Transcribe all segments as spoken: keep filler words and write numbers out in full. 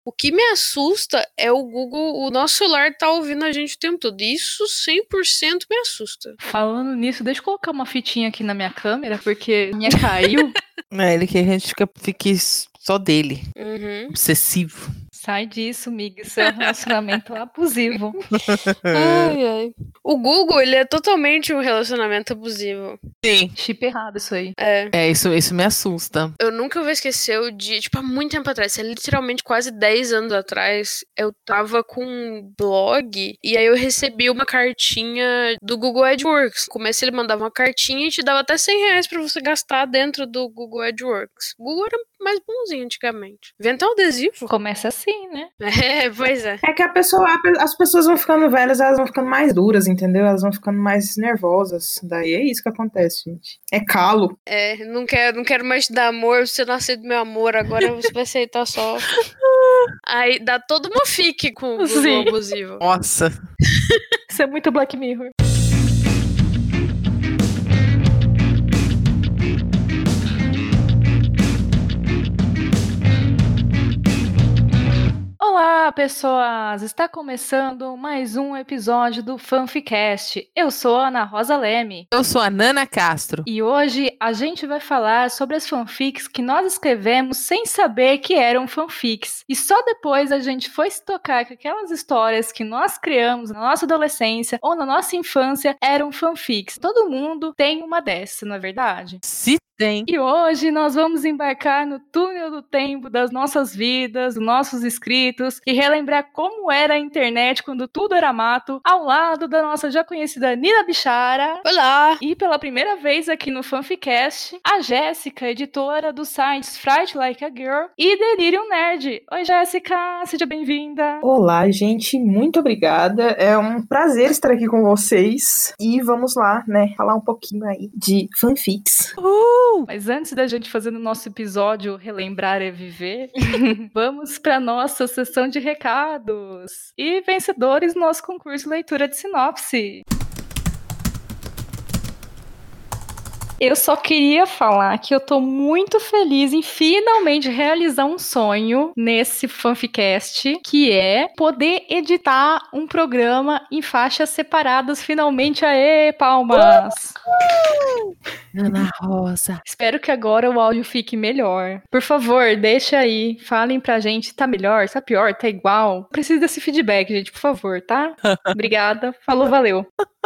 O que me assusta é o Google, o nosso celular tá ouvindo a gente o tempo todo. Isso cem por cento me assusta. Falando nisso, deixa eu colocar uma fitinha aqui na minha câmera, porque a minha caiu. É, ele que a gente fica, fique só dele. Uhum. Obsessivo. Sai disso, Mig. Isso é um relacionamento abusivo. Ai, ai. O Google, ele é totalmente um relacionamento abusivo. Sim. Chip errado isso aí. É. É, isso, isso me assusta. Eu nunca vou esquecer o dia, tipo, há muito tempo atrás, é literalmente quase dez anos atrás, eu tava com um blog e aí eu recebi uma cartinha do Google AdWorks. Comecei, ele mandava uma cartinha e te dava até cem reais pra você gastar dentro do Google AdWorks. O Google era mais bonzinho antigamente. Inventar um adesivo. Começa assim, né? É, pois é. É que a pessoa, as pessoas vão ficando velhas, elas vão ficando mais duras, entendeu? Elas vão ficando mais nervosas. Daí é isso que acontece, gente. É calo. É, não quero, não quero mais te dar amor, você não aceita meu amor, agora você vai aceitar só. Aí dá toda uma fique com o Google Sim. abusivo. Nossa. Isso é muito Black Mirror. Olá, pessoas! Está começando mais um episódio do Fanficast. Eu sou a Ana Rosa Leme. Eu sou a Nana Castro. E hoje a gente vai falar sobre as fanfics que nós escrevemos sem saber que eram fanfics. E só depois a gente foi se tocar que aquelas histórias que nós criamos na nossa adolescência ou na nossa infância eram fanfics. Todo mundo tem uma dessas, não é verdade? Se tem. E hoje nós vamos embarcar no túnel do tempo das nossas vidas, dos nossos escritos, e relembrar como era a internet quando tudo era mato, ao lado da nossa já conhecida Nina Bichara. Olá! E pela primeira vez aqui no Fanficast, a Jéssica, editora dos sites Fright Like a Girl e Delirium Nerd. Oi, Jéssica, seja bem-vinda. Olá, gente, muito obrigada. É um prazer estar aqui com vocês. E vamos lá, né, falar um pouquinho aí de fanfics. Uh! Mas antes da gente fazer no nosso episódio Relembrar é Viver, vamos para nossa sessão de recados. E vencedores do nosso concurso Leitura de Sinopse. Eu só queria falar que eu tô muito feliz em finalmente realizar um sonho nesse Fanficast, que é poder editar um programa em faixas separadas finalmente. Aê, palmas! Ana Rosa. Espero que agora o áudio fique melhor. Por favor, deixa aí, falem pra gente, tá melhor, tá pior, tá igual? Preciso desse feedback, gente, por favor, tá? Obrigada, falou, valeu.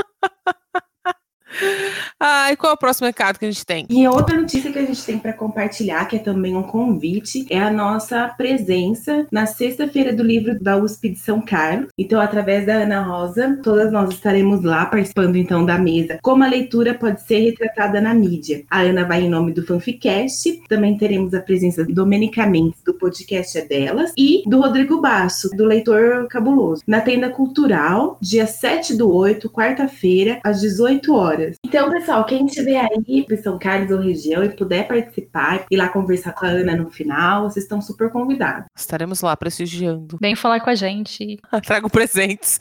Ah, e qual é o próximo recado que a gente tem? E outra notícia que a gente tem para compartilhar, que é também um convite, é a nossa presença na sexta-feira do livro da U S P de São Carlos. Então, através da Ana Rosa, todas nós estaremos lá participando então da mesa. Como a leitura pode ser retratada na mídia. A Ana vai em nome do Fanficast. Também teremos a presença do Domênica Mendes, do podcast É Delas, e do Rodrigo Basso, do Leitor Cabuloso. Na Tenda Cultural, dia sete do oito, quarta-feira, às dezoito horas. Então, pessoal, quem estiver aí em São Carlos ou região e puder participar e lá conversar com a Ana no final, vocês estão super convidados. Estaremos lá prestigiando. Vem falar com a gente. Trago presentes.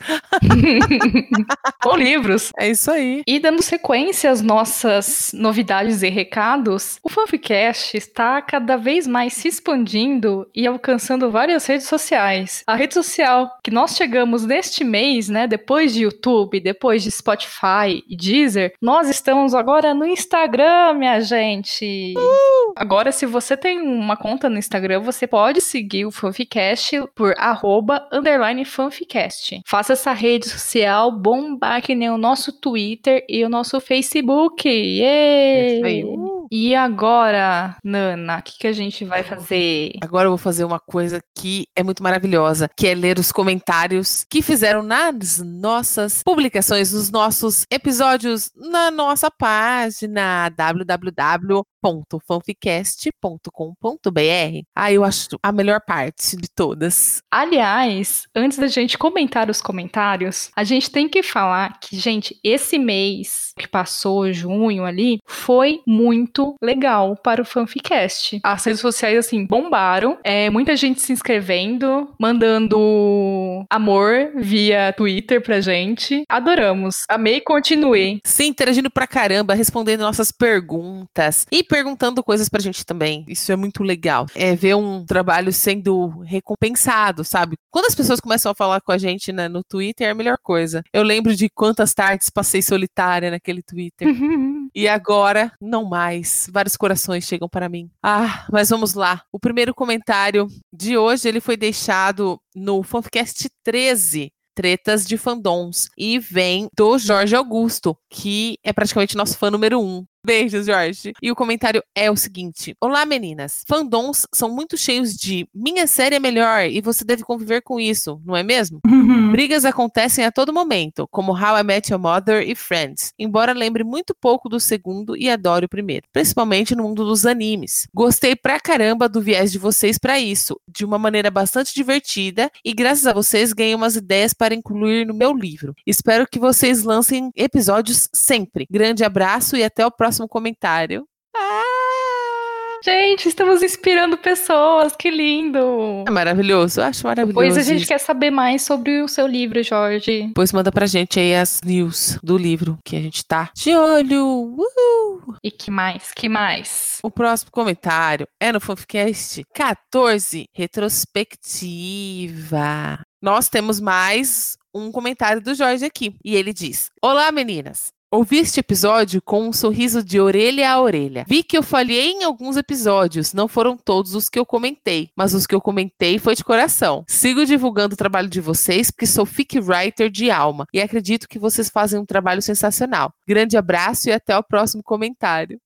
Ou livros. É isso aí. E dando sequência às nossas novidades e recados, o Fanficast está cada vez mais se expandindo e alcançando várias redes sociais. A rede social que nós chegamos neste mês, né, depois de YouTube, depois de Spotify e Deezer, nós estamos agora no Instagram, minha gente. Uh! Agora, se você tem uma conta no Instagram, você pode seguir o Fanficast por arroba, underline Fanficast. Faça essa rede social bombar que nem o nosso Twitter e o nosso Facebook. Yeah! Isso aí. Uh! E agora, Nana, o que, que a gente vai fazer? Agora eu vou fazer uma coisa que é muito maravilhosa, que é ler os comentários que fizeram nas nossas publicações, nos nossos episódios, na nossa página w w w ponto fanficast ponto com ponto b r. Ah, eu acho a melhor parte de todas. Aliás, antes da gente comentar os comentários, a gente tem que falar que, gente, esse mês que passou, junho ali, foi muito muito legal para o Fanficast. As redes sociais, assim, bombaram. É, muita gente se inscrevendo, mandando amor via Twitter pra gente. Adoramos. Amei e continue. Sim, interagindo pra caramba, respondendo nossas perguntas e perguntando coisas pra gente também. Isso é muito legal. É ver um trabalho sendo recompensado, sabe? Quando as pessoas começam a falar com a gente, né, no Twitter, é a melhor coisa. Eu lembro de quantas tardes passei solitária naquele Twitter. E agora, não mais. Vários corações chegam para mim. Ah, mas vamos lá. O primeiro comentário de hoje, ele foi deixado no Fanficast treze. Tretas de fandoms. E vem do Jorge Augusto, que é praticamente nosso fã número um. Beijos, Jorge. E o comentário é o seguinte. Olá, meninas. Fandoms são muito cheios de minha série é melhor e você deve conviver com isso, não é mesmo? Uhum. Brigas acontecem a todo momento, como How I Met Your Mother e Friends, embora lembre muito pouco do segundo e adore o primeiro, principalmente no mundo dos animes. Gostei pra caramba do viés de vocês pra isso, de uma maneira bastante divertida, e graças a vocês ganhei umas ideias para incluir no meu livro. Espero que vocês lancem episódios sempre. Grande abraço e até o próximo comentário. Ah! Gente, estamos inspirando pessoas, que lindo! É maravilhoso, eu acho maravilhoso. Depois a gente isso. quer saber mais sobre o seu livro, Jorge. Depois manda pra gente aí as news do livro que a gente tá de olho. Uhul! E que mais? Que mais? O próximo comentário é no Fanficast quatorze, retrospectiva. Nós temos mais um comentário do Jorge aqui. E ele diz: Olá, meninas! Ouvi este episódio com um sorriso de orelha a orelha. Vi que eu falhei em alguns episódios, não foram todos os que eu comentei, mas os que eu comentei foi de coração. Sigo divulgando o trabalho de vocês porque sou fic writer de alma e acredito que vocês fazem um trabalho sensacional. Grande abraço e até o próximo comentário.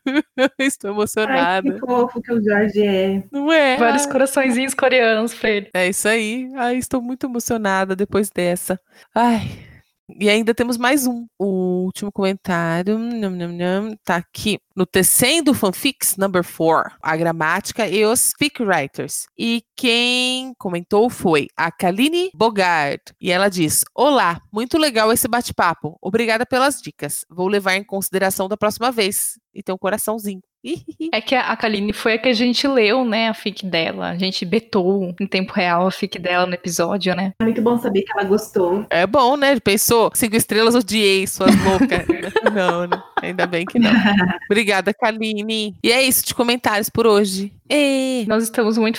Estou emocionada. Ai, que fofo que o Jorge é. Não é? Vários coraçõezinhos coreanos pra ele. É isso aí. Ai, estou muito emocionada depois dessa. Ai... E ainda temos mais um. O último comentário nham, nham, nham, tá aqui no Tecendo Fanfics number four, a gramática e os fic writers. E quem comentou foi a Kaline Bogart. E ela diz: Olá, muito legal esse bate-papo. Obrigada pelas dicas. Vou levar em consideração da próxima vez. E tem um coraçãozinho. É que a Kaline foi a que a gente leu, né, a fic dela. A gente betou em tempo real a fic dela no episódio, né? É muito bom saber que ela gostou. É bom, né? Pensou, cinco estrelas, odiei, suas loucas. Não, né? Ainda bem que não. Obrigada, Kaline. E é isso de comentários por hoje. E... Nós estamos muito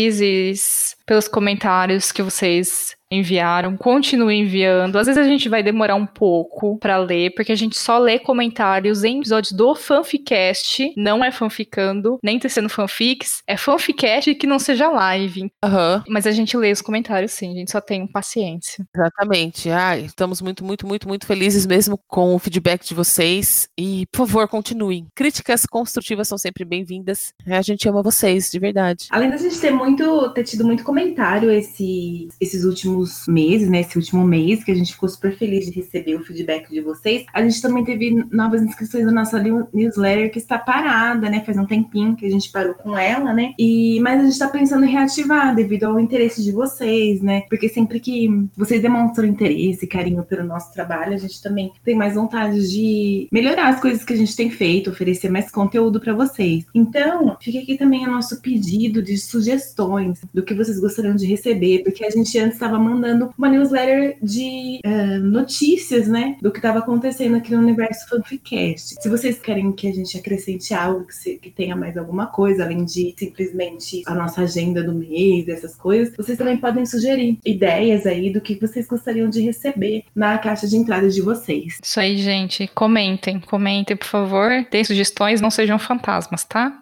felizes pelos comentários que vocês enviaram. Continuem enviando. Às vezes a gente vai demorar um pouco pra ler, porque a gente só lê comentários em episódios do Fanficast. Não é fanficando, nem tecendo fanfics. É Fanficast que não seja live. Uhum. Mas a gente lê os comentários sim, a gente só tem paciência. Exatamente. Ai, estamos muito, muito, muito, muito felizes mesmo com o feedback de vocês. E, por favor, continuem. Críticas construtivas são sempre bem-vindas. A gente ama vocês, de verdade. Além da gente ter, muito, ter tido muito comentário esse, esses últimos meses, né? Esse último mês, que a gente ficou super feliz de receber o feedback de vocês. A gente também teve novas inscrições na nossa newsletter, que está parada, né? Faz um tempinho que a gente parou com ela, né? E, mas a gente está pensando em reativar devido ao interesse de vocês, né? Porque sempre que vocês demonstram interesse e carinho pelo nosso trabalho, a gente também tem mais vontade de melhorar as coisas que a gente tem feito, oferecer mais conteúdo para vocês. Então, fica aqui também o nosso pedido de sugestões do que vocês gostariam de receber, porque a gente antes estava mandando uma newsletter de uh, notícias, né, do que estava acontecendo aqui no universo Fanficast. Se vocês querem que a gente acrescente algo, que, se, que tenha mais alguma coisa, além de simplesmente a nossa agenda do mês, essas coisas, vocês também podem sugerir ideias aí do que vocês gostariam de receber na caixa de entrada de vocês. Isso aí, gente. Comentem, comentem, por favor. Tem sugestões, não sejam fantasmas, tá?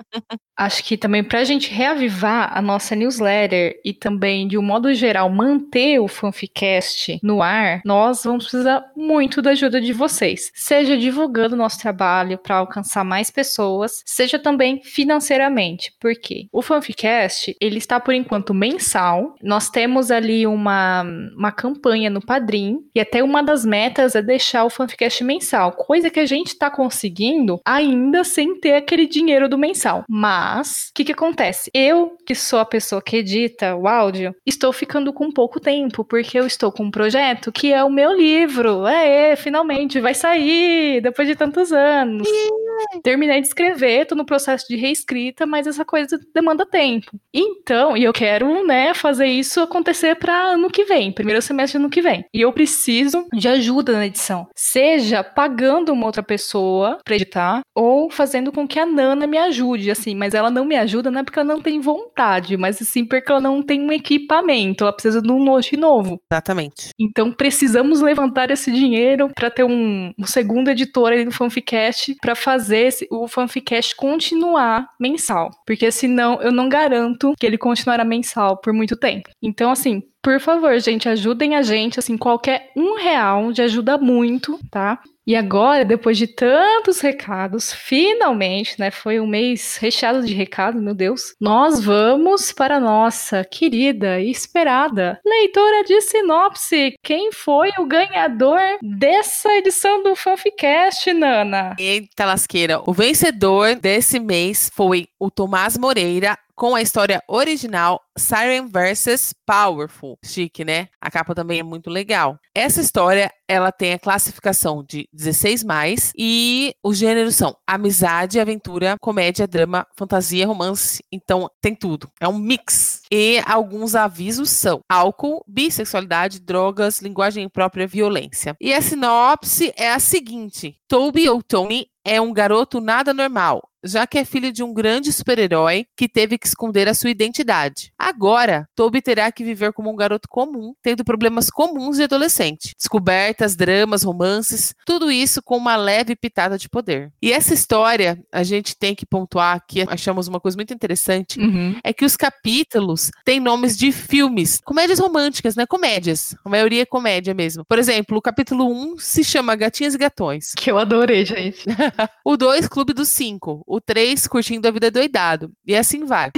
Acho que também pra gente reavivar a nossa newsletter e também, de um modo geral, manter o Fanficast no ar, nós vamos precisar muito da ajuda de vocês. Seja divulgando o nosso trabalho para alcançar mais pessoas, seja também financeiramente. Por quê? O Fanficast, ele está por enquanto mensal. Nós temos ali uma, uma campanha no Padrim e até uma das metas é deixar o Fanficast mensal, coisa que a gente está conseguindo ainda sem ter aquele dinheiro do mensal. Mas Mas, o que que acontece? Eu, que sou a pessoa que edita o áudio, estou ficando com pouco tempo, porque eu estou com um projeto que é o meu livro. É, finalmente, vai sair, depois de tantos anos. Terminei de escrever, tô no processo de reescrita, mas essa coisa demanda tempo. Então, e eu quero, né, fazer isso acontecer para ano que vem, primeiro semestre do ano que vem. E eu preciso de ajuda na edição. Seja pagando uma outra pessoa pra editar, ou fazendo com que a Nana me ajude, assim. Mas ela não me ajuda não é porque ela não tem vontade, mas sim porque ela não tem um equipamento, ela precisa de um note novo. Exatamente. Então precisamos levantar esse dinheiro para ter um, um segundo editor ali no Fanficast para fazer esse, o Fanficast continuar mensal. Porque senão eu não garanto que ele continuará mensal por muito tempo. Então, assim, por favor, gente, ajudem a gente, assim, qualquer um real já ajuda muito, tá? E agora, depois de tantos recados, finalmente, né, foi um mês recheado de recados, meu Deus, nós vamos para a nossa querida e esperada leitora de sinopse. Quem foi o ganhador dessa edição do Fanficast, Nana? Eita lasqueira, o vencedor desse mês foi o Tomás Moreira, com a história original Siren versus. Powerful. Chique, né? A capa também é muito legal. Essa história, ela tem a classificação de dezesseis mais, e os gêneros são amizade, aventura, comédia, drama, fantasia, romance. Então, tem tudo. É um mix. E alguns avisos são álcool, bissexualidade, drogas, linguagem imprópria, violência. E a sinopse é a seguinte: Toby ou Tony é um garoto nada normal, já que é filho de um grande super-herói que teve que esconder a sua identidade. Agora, Toby terá que viver como um garoto comum, tendo problemas comuns de adolescente. Descobertas, dramas, romances, tudo isso com uma leve pitada de poder. E essa história, a gente tem que pontuar aqui, achamos uma coisa muito interessante, Uhum. é que os capítulos têm nomes de filmes, comédias românticas, né? Comédias. A maioria é comédia mesmo. Por exemplo, o capítulo um se chama Gatinhas e Gatões. Que eu adorei, gente. O dois, Clube dos Cinco. O três, Curtindo a Vida Doidado. E assim vai.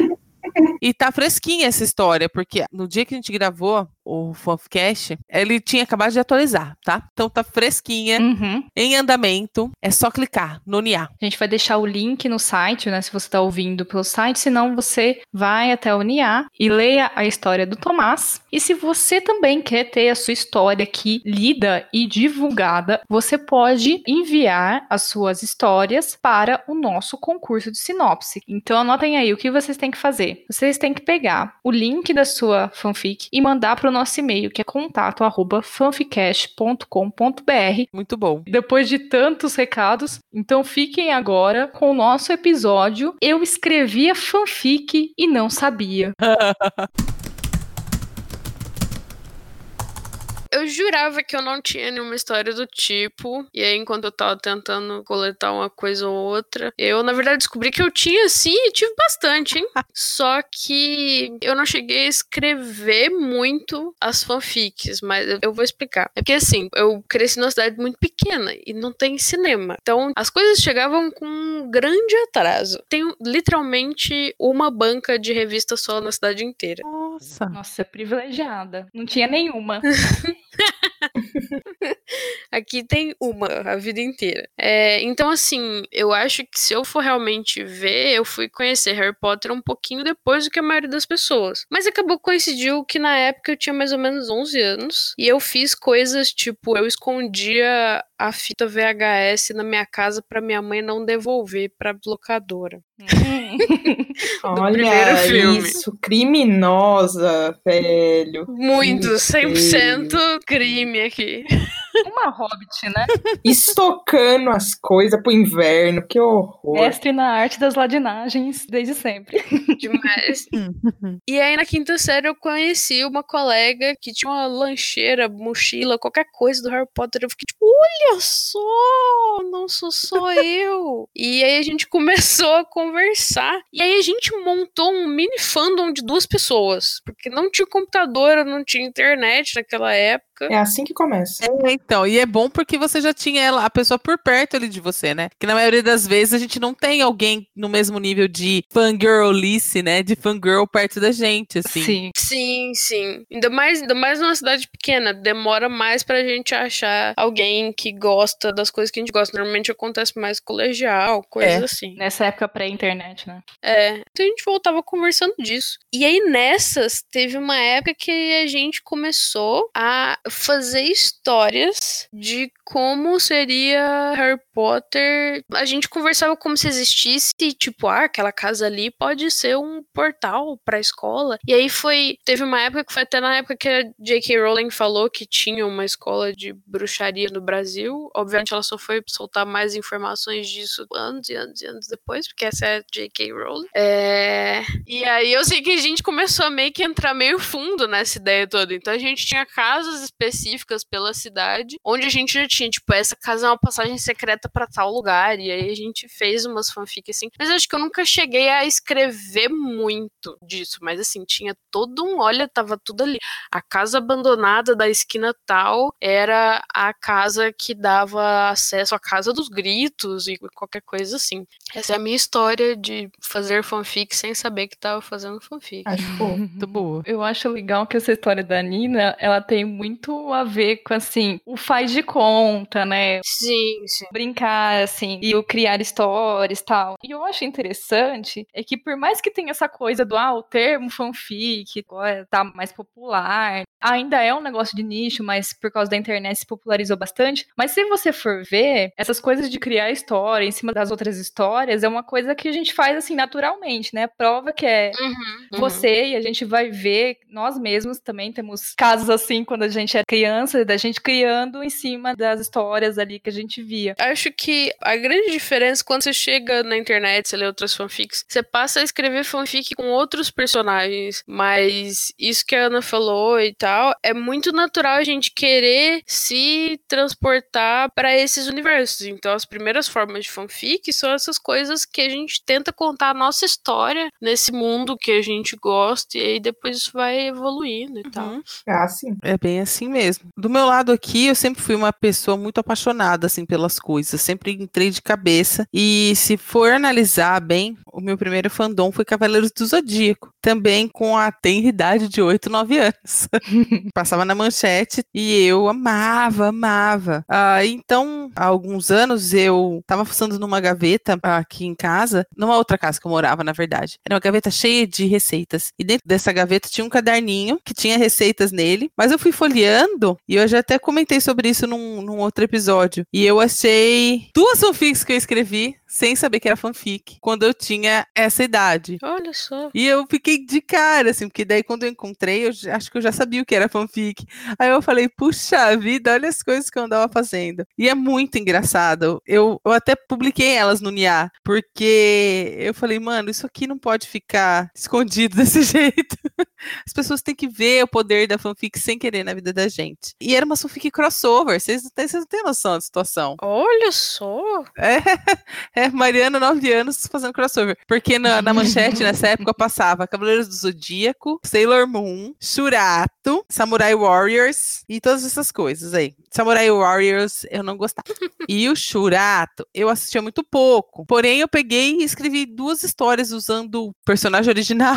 E tá fresquinha essa história, porque no dia que a gente gravou o Fanficast, ele tinha acabado de atualizar, tá? Então tá fresquinha, Uhum. em andamento. É só clicar, nonear. A gente vai deixar o link no site, né? Se você tá ouvindo pelo site, senão você vai até o N I A e leia a história do Tomás. E se você também quer ter a sua história aqui lida e divulgada, você pode enviar as suas histórias para o nosso concurso de sinopse. Então anotem aí o que vocês têm que fazer. Vocês têm que pegar o link da sua fanfic e mandar para o nosso e-mail, que é contato arroba fanficast ponto com ponto b r. Muito bom. Depois de tantos recados, então fiquem agora com o nosso episódio Eu Escrevia Fanfic e Não Sabia. Eu jurava que eu não tinha nenhuma história do tipo. E aí, enquanto eu tava tentando coletar uma coisa ou outra, eu, na verdade, descobri que eu tinha, sim, e tive bastante, hein? Só que eu não cheguei a escrever muito as fanfics, mas eu vou explicar. É porque, assim, eu cresci numa cidade muito pequena e não tem cinema. Então, as coisas chegavam com um grande atraso. Tem, literalmente, uma banca de revista só na cidade inteira. Nossa. Nossa, privilegiada. Não tinha nenhuma. Aqui tem uma a vida inteira. É, então, assim, eu acho que se eu for realmente ver, eu fui conhecer Harry Potter um pouquinho depois do que a maioria das pessoas. Mas acabou que coincidiu que na época eu tinha mais ou menos onze anos. E eu fiz coisas tipo, eu escondia a fita V H S na minha casa pra minha mãe não devolver pra locadora. Olha filme. isso, criminosa, velho. Muito, cem por cento crime aqui. Uma hobbit, né? Estocando as coisas pro inverno, que horror. Mestre na arte das ladinagens desde sempre. Demais. E aí, na quinta série, eu conheci uma colega que tinha uma lancheira, mochila, qualquer coisa do Harry Potter. Eu fiquei tipo, olha só, não sou só eu. E aí a gente começou a conversar. E aí a gente montou um mini fandom de duas pessoas. Porque não tinha computador, não tinha internet naquela época. época. É assim que começa. É, então, e é bom porque você já tinha ela, a pessoa por perto ali de você, né? Que na maioria das vezes a gente não tem alguém no mesmo nível de fangirlice, né? De fangirl perto da gente, assim. Sim. Sim, sim. Ainda mais, ainda mais numa cidade pequena. Demora mais pra gente achar alguém que gosta das coisas que a gente gosta. Normalmente acontece mais colegial, coisas É. assim. Nessa época pré-internet, né? É. Então a gente voltava conversando disso. E aí nessas, teve uma época que a gente começou a fazer histórias de como seria Harry Potter. A gente conversava como se existisse, tipo, ah, aquela casa ali pode ser um portal pra escola. E aí foi, teve uma época que foi até na época que a J K. Rowling falou que tinha uma escola de bruxaria no Brasil. Obviamente ela só foi soltar mais informações disso anos e anos e anos depois, porque essa é a J K. Rowling. É... E aí eu sei que a gente começou a meio que entrar meio fundo nessa ideia toda. Então a gente tinha casas específicas pela cidade, onde a gente já tinha, tipo, essa casa é uma passagem secreta pra tal lugar, e aí a gente fez umas fanfic assim. Mas eu acho que eu nunca cheguei a escrever muito disso, mas assim, tinha todo um, olha, tava tudo ali. A casa abandonada da esquina tal era a casa que dava acesso à casa dos gritos e qualquer coisa assim. Essa é a minha história de fazer fanfic sem saber que tava fazendo fanfic. Acho fofo. Muito boa. Eu acho legal que essa história da Nina, ela tem muito a ver com, assim, o faz de conta, né? Sim, sim. Brincar, assim, e o criar histórias e tal. E eu acho interessante é que por mais que tenha essa coisa do, ah, o termo fanfic agora tá mais popular, ainda é um negócio de nicho, mas por causa da internet se popularizou bastante. Mas se você for ver, essas coisas de criar história em cima das outras histórias é uma coisa que a gente faz, assim, naturalmente, né? Prova que é Uhum, uhum. você, e a gente vai ver, nós mesmos também temos casos assim, quando a gente é criança, da gente criando em cima das histórias ali que a gente via. Acho que a grande diferença quando você chega na internet, você lê outras fanfics, você passa a escrever fanfic com outros personagens, mas isso que a Ana falou e tal, é muito natural a gente querer se transportar para esses universos. Então as primeiras formas de fanfic são essas coisas que a gente tenta contar a nossa história nesse mundo que a gente gosta, e aí depois isso vai evoluindo e tal. Uhum. Ah, sim. É bem assim mesmo. Do meu lado aqui, eu sempre fui uma pessoa muito apaixonada, assim, pelas coisas. Sempre entrei de cabeça. E se for analisar bem, o meu primeiro fandom foi Cavaleiros do Zodíaco. Também com a tenra idade de oito, nove anos. Passava na manchete e eu amava, amava. Ah, então, há alguns anos, eu tava fuçando numa gaveta aqui em casa, numa outra casa que eu morava, na verdade. Era uma gaveta cheia de receitas. E dentro dessa gaveta tinha um caderninho que tinha receitas nele, mas eu fui folheando e eu já até comentei sobre isso num, num outro episódio. E eu achei duas fanfics que eu escrevi sem saber que era fanfic, quando eu tinha essa idade. Olha só. E eu fiquei de cara, assim, porque daí quando eu encontrei, eu já- acho que eu já sabia o que era fanfic. Aí eu falei, puxa vida, olha as coisas que eu andava fazendo. E é muito engraçado. Eu, eu até publiquei elas no N I A, porque eu falei, mano, isso aqui não pode ficar escondido desse jeito. As pessoas têm que ver o poder da fanfic sem querer na vida da gente. E era uma fanfic crossover, vocês não têm, vocês não têm noção da situação. Olha só. É, é Mariana, nove anos, fazendo crossover. Porque na, na manchete, nessa época, passava Cavaleiros do Zodíaco, Sailor Moon, Churato, Samurai Warriors e todas essas coisas aí. Samurai Warriors eu não gostava. E o Churato eu assistia muito pouco. Porém, eu peguei e escrevi duas histórias usando o personagem original,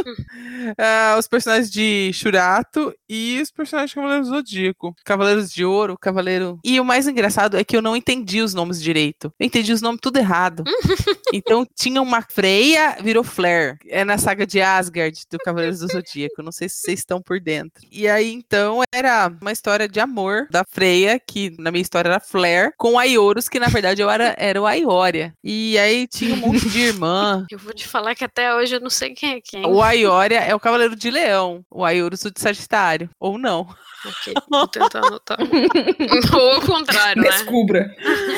uh, os personagens de Churato e os personagens de Cavaleiros do Zodíaco. Cavaleiros de Ouro, Cavaleiro... E o mais engraçado é que eu não entendi os nomes direito. Eu entendi os nomes tudo errado. Então tinha uma Freya, virou Flare. É na saga de Asgard, do Cavaleiros do Zodíaco. Não sei se vocês estão por dentro. E aí, então, era uma história de amor da Freya, que na minha história era Flare, com a Ioros, que na verdade eu era, era o Aioria. E aí tinha um monte de irmã. Eu vou te falar que até hoje eu não sei quem é quem. O Aioria é o Cavaleiro de Leão. O Aioros o de Sagitário. Ou não. Ok, vou tentar anotar. Ou ao contrário, né? Descubra.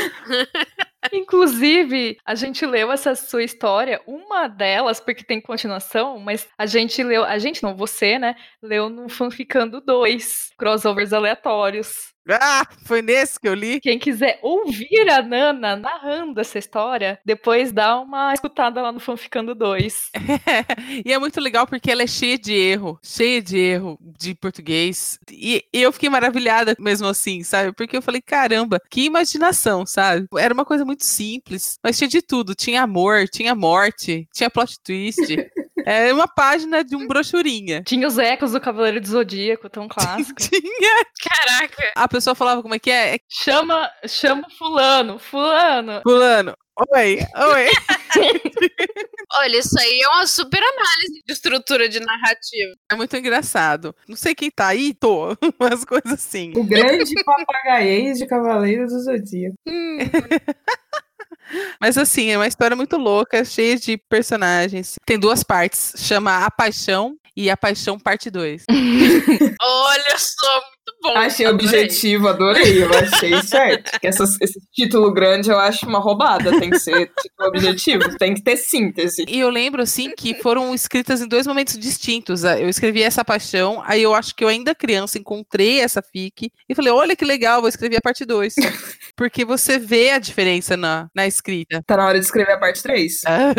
Inclusive, a gente leu essa sua história, uma delas, porque tem continuação, mas a gente leu, a gente não, você, né, leu no Fanficando dois, crossovers aleatórios. Ah, foi nesse que eu li? Quem quiser ouvir a Nana narrando essa história, depois dá uma escutada lá no Fanficando dois. E é muito legal porque ela é cheia de erro, cheia de erro de português. E, e eu fiquei maravilhada mesmo assim, sabe? Porque eu falei, caramba, que imaginação, sabe? Era uma coisa muito simples, mas tinha de tudo. Tinha amor, tinha morte, tinha plot twist. É uma página de um brochurinha. Tinha os ecos do Cavaleiro do Zodíaco, tão clássico. Tinha. Caraca. A pessoa falava como é que é? É Chama, chama fulano, fulano. fulano. Oi, oi. Olha, isso aí é uma super análise de estrutura de narrativa. É muito engraçado. Não sei quem tá aí, tô. Umas coisas assim. O grande papagaiês de Cavaleiros do Zodíaco. Hum. Mas assim, é uma história muito louca, cheia de personagens. Tem duas partes. Chama A Paixão e A Paixão Parte dois. Olha só, muito bom. Achei Adorei. objetivo, adorei. Eu achei certo. Que essas, esse título grande eu acho uma roubada. Tem que ser título objetivo, tem que ter síntese. E eu lembro, assim, que foram escritas em dois momentos distintos. Eu escrevi essa paixão, aí eu acho que eu ainda criança encontrei essa fic e falei, olha que legal, vou escrever a parte dois. Porque você vê a diferença na, na escrita. Tá na hora de escrever a parte três?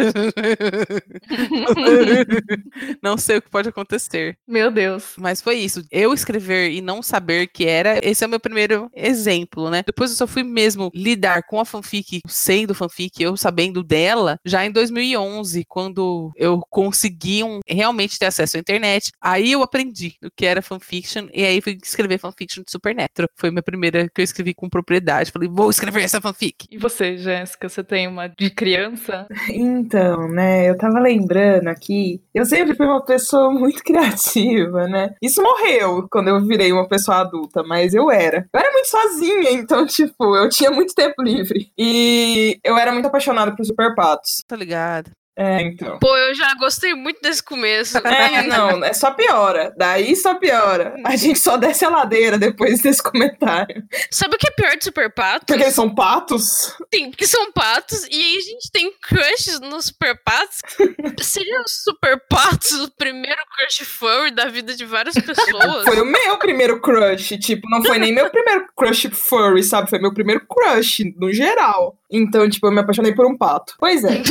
Não sei o que pode acontecer. Meu Deus. Mas foi isso. Eu escrever e não saber que era, esse é o meu primeiro exemplo, né? Depois eu só fui mesmo lidar com a fanfic, sendo fanfic, eu sabendo dela, já em dois mil e onze, quando eu consegui um, realmente ter acesso à internet. Aí eu aprendi o que era fanfiction, e aí fui escrever fanfiction de Supernatural. Foi a minha primeira que eu escrevi com propriedade. Falei, vou escrever essa fanfic. E você, Jéssica, você tem uma de criança? Então, né, eu tava lembrando aqui, eu sempre fui uma pessoa muito criativa, né? Isso morreu quando eu virei uma pessoa adulta, mas eu era. Eu era muito sozinha, então, tipo, eu tinha muito tempo livre. E eu era muito apaixonada por Super Patos. Tá ligado? É, então. Pô, eu já gostei muito desse começo. É, não, é só piora. Daí só piora. A gente só desce a ladeira depois desse comentário. Sabe o que é pior de Super Patos? Porque eles são patos? Sim, porque são patos, e aí a gente tem crushes nos Super Patos. Seria o Super Patos o primeiro crush furry da vida de várias pessoas? Foi o meu primeiro crush. Tipo, não foi nem meu primeiro crush furry, sabe? Foi meu primeiro crush, no geral. Então, tipo, eu me apaixonei por um pato. Pois é.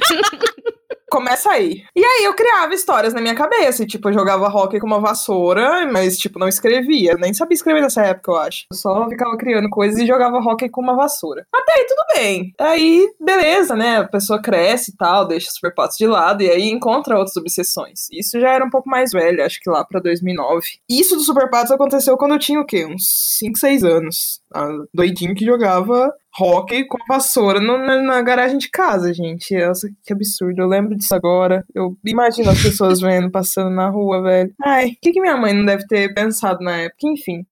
Começa aí. E aí eu criava histórias na minha cabeça. E, tipo, eu jogava hockey com uma vassoura, mas, tipo, não escrevia. Eu nem sabia escrever nessa época, eu acho. Eu só ficava criando coisas e jogava hockey com uma vassoura. Até aí tudo bem. Aí, beleza, né? A pessoa cresce e tal, deixa os Super Patos de lado e aí encontra outras obsessões. Isso já era um pouco mais velho, acho que lá pra dois mil e nove. Isso do Super Patos aconteceu quando eu tinha o quê? Uns cinco, seis anos. Ah, doidinho que jogava hockey com vassoura no, na, na garagem de casa, gente. Nossa, que absurdo. Eu lembro disso agora. Eu imagino as pessoas vendo, passando na rua, velho. Ai, o que, que minha mãe não deve ter pensado na época? Enfim.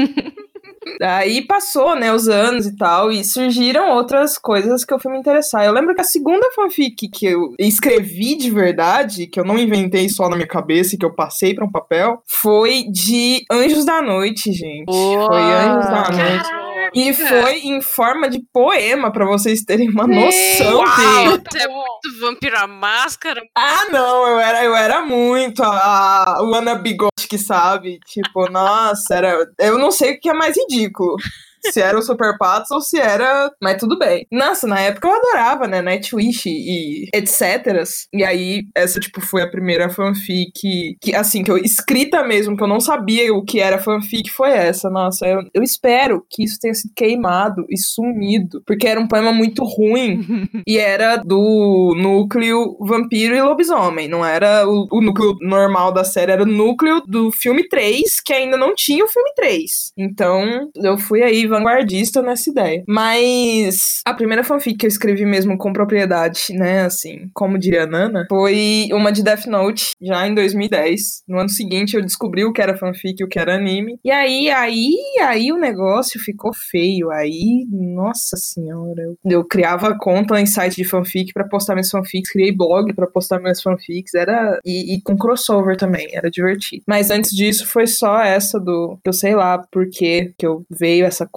Aí passou, né, os anos e tal, e surgiram outras coisas que eu fui me interessar. Eu lembro que a segunda fanfic que eu escrevi de verdade, que eu não inventei só na minha cabeça e que eu passei pra um papel, foi de Anjos da Noite, gente. Uau. Foi Anjos da Noite. Caraca. E foi em forma de poema, pra vocês terem uma noção. Uau, de... tu é muito Vampiro à Máscara. Ah, não, eu era, eu era muito a, a wannabe gothic, sabe? Tipo, nossa, era... Eu não sei o que é mais ridículo. Se era o Super Patos ou se era... Mas tudo bem. Nossa, na época eu adorava, né? Nightwish e etc. E aí, essa, tipo, foi a primeira fanfic que, assim, que eu... Escrita mesmo, que eu não sabia o que era fanfic, foi essa. Nossa, eu, eu espero que isso tenha sido queimado e sumido. Porque era um poema muito ruim. E era do núcleo vampiro e lobisomem. Não era o, o núcleo normal da série, era o núcleo do filme três, que ainda não tinha o filme três. Então, eu fui aí vanguardista nessa ideia. Mas a primeira fanfic que eu escrevi mesmo com propriedade, né, assim, como diria a Nana, foi uma de Death Note, já em dois mil e dez. No ano seguinte eu descobri o que era fanfic e o que era anime. E aí, aí, aí o negócio ficou feio. Aí, nossa senhora, eu, eu criava conta em site de fanfic pra postar minhas fanfics, criei blog pra postar minhas fanfics, era... E, e com crossover também, era divertido. Mas antes disso foi só essa do... Eu sei lá por que que eu veio essa coisa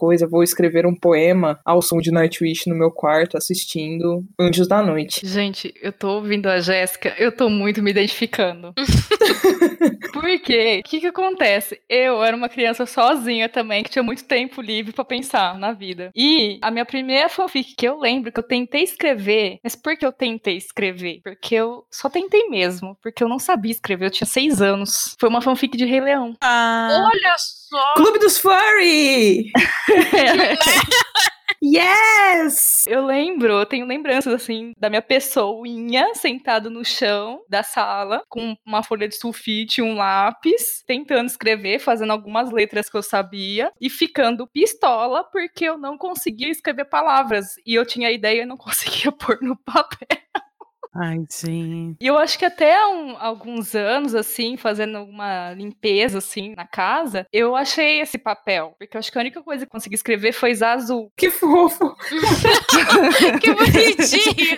coisa, vou escrever um poema ao som de Nightwish no meu quarto, assistindo Anjos da Noite. Gente, eu tô ouvindo a Jéssica, eu tô muito me identificando. Por quê? O que que acontece? Eu era uma criança sozinha também, que tinha muito tempo livre pra pensar na vida. E a minha primeira fanfic que eu lembro que eu tentei escrever, mas por que eu tentei escrever? Porque eu só tentei mesmo, porque eu não sabia escrever, eu tinha seis anos. Foi uma fanfic de Rei Leão. Ah, Olha só! Clube dos Furry! Yes! Eu lembro, eu tenho lembranças, assim, da minha pessoinha sentada no chão da sala, com uma folha de sulfite e um lápis, tentando escrever, fazendo algumas letras que eu sabia, e ficando pistola porque eu não conseguia escrever palavras. E eu tinha ideia e não conseguia pôr no papel. ai, gente. E eu acho que até há um, alguns anos, assim, fazendo uma limpeza, assim, na casa, eu achei esse papel. Porque eu acho que a única coisa que eu consegui escrever foi Zazu. Que fofo! Que bonitinho!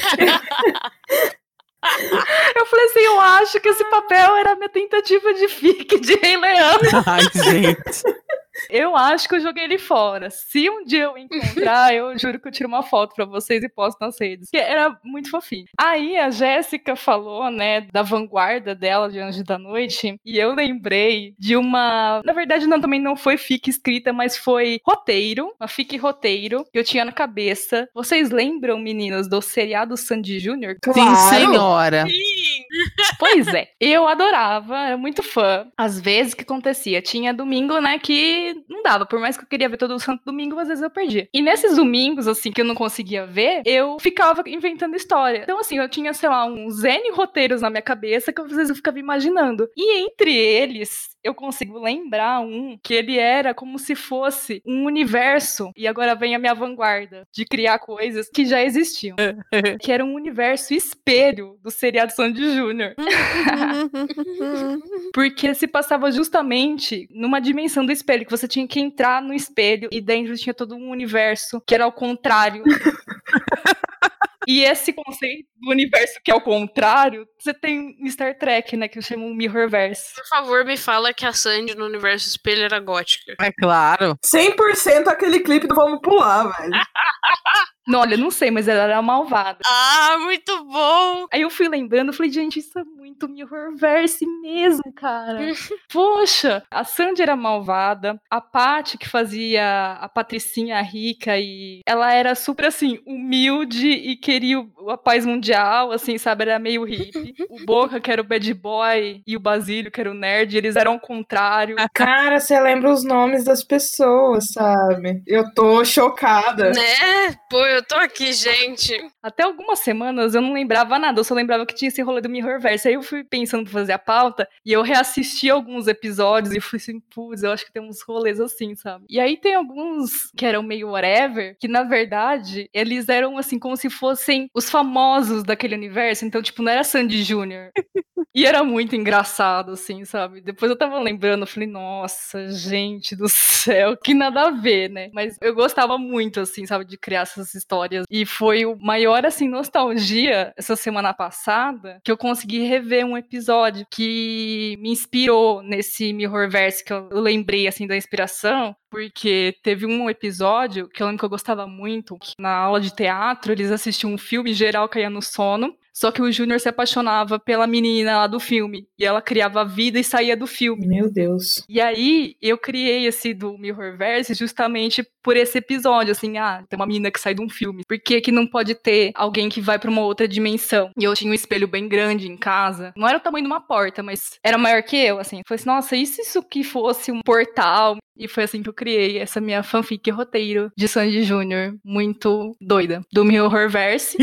Eu falei assim, eu acho que esse papel era a minha tentativa de fic de Rei Leão. Ai, gente. Eu acho que eu joguei ele fora. Se um dia eu encontrar, eu juro que eu tiro uma foto pra vocês e posto nas redes. Que era muito fofinho. Aí a Jéssica falou, né, da vanguarda dela de Anjos da Noite. E eu lembrei de uma... Na verdade, não, também não foi fic escrita, mas foi roteiro. Uma fic roteiro que eu tinha na cabeça. Vocês lembram, meninas, do seriado Sandy Júnior? Sim, senhora. Pois é, eu adorava, era muito fã. Às vezes o que acontecia? Tinha domingo, né, que não dava, por mais que eu queria ver todo o santo domingo, às vezes eu perdia. E nesses domingos, assim, que eu não conseguia ver, eu ficava inventando história. Então, assim, eu tinha, sei lá, uns N roteiros na minha cabeça que às vezes eu ficava imaginando. E entre eles, eu consigo lembrar um que ele era como se fosse um universo, e agora vem a minha vanguarda, de criar coisas que já existiam. Que era um universo espelho do seriado Sandy Júnior. Porque se passava justamente numa dimensão do espelho, que você tinha que entrar no espelho e dentro tinha todo um universo que era ao contrário. E esse conceito do universo que é ao contrário, você tem em Star Trek, né, que eu chamo Mirrorverse. Por favor, me fala que a Sandy no universo espelho era gótica. É claro. cem por cento aquele clipe do Vamos Pular, velho. Não, olha, não sei, mas ela era malvada. Ah, muito bom! Aí eu fui lembrando, eu falei, gente, isso é muito Mirrorverse mesmo, cara. Poxa, a Sandy era malvada, a Paty, que fazia a Patricinha rica, e ela era super, assim, humilde e queria a paz mundial, assim, sabe, era meio hippie. O Boca, que era o bad boy, e o Basílio, que era o nerd, eles eram ao contrário. Cara, você lembra os nomes das pessoas, sabe? Eu tô chocada. Né? Pô, eu tô aqui, gente. Até algumas semanas eu não lembrava nada, eu só lembrava que tinha esse rolê do Mirrorverse. Aí eu fui pensando pra fazer a pauta e eu reassisti alguns episódios e fui assim, putz, eu acho que tem uns rolês assim, sabe? E aí tem alguns que eram meio whatever, que na verdade eles eram assim como se fossem os famosos daquele universo. Então, tipo, não era Sandy Júnior. E era muito engraçado, assim, sabe? Depois eu tava lembrando, eu falei, nossa, gente do céu, que nada a ver, né? Mas eu gostava muito, assim, sabe, de criar essas histórias. E foi o maior, assim, nostalgia essa semana passada, que eu consegui rever um episódio que me inspirou nesse Mirrorverse, que eu lembrei, assim, da inspiração. Porque teve um episódio que eu lembro que eu gostava muito, que na aula de teatro eles assistiam um filme, geral caía no sono, só que o Júnior se apaixonava pela menina lá do filme, e ela criava vida e saía do filme. Meu Deus. E aí, eu criei esse do Mirrorverse justamente por esse episódio, assim, ah, tem uma menina que sai de um filme, por que que não pode ter alguém que vai pra uma outra dimensão? E eu tinha um espelho bem grande em casa, não era o tamanho de uma porta, mas era maior que eu, assim. Falei assim, nossa, e se isso que fosse um portal? E foi assim que eu criei essa minha fanfic roteiro de Sandy Júnior, muito doida, do Mirrorverse.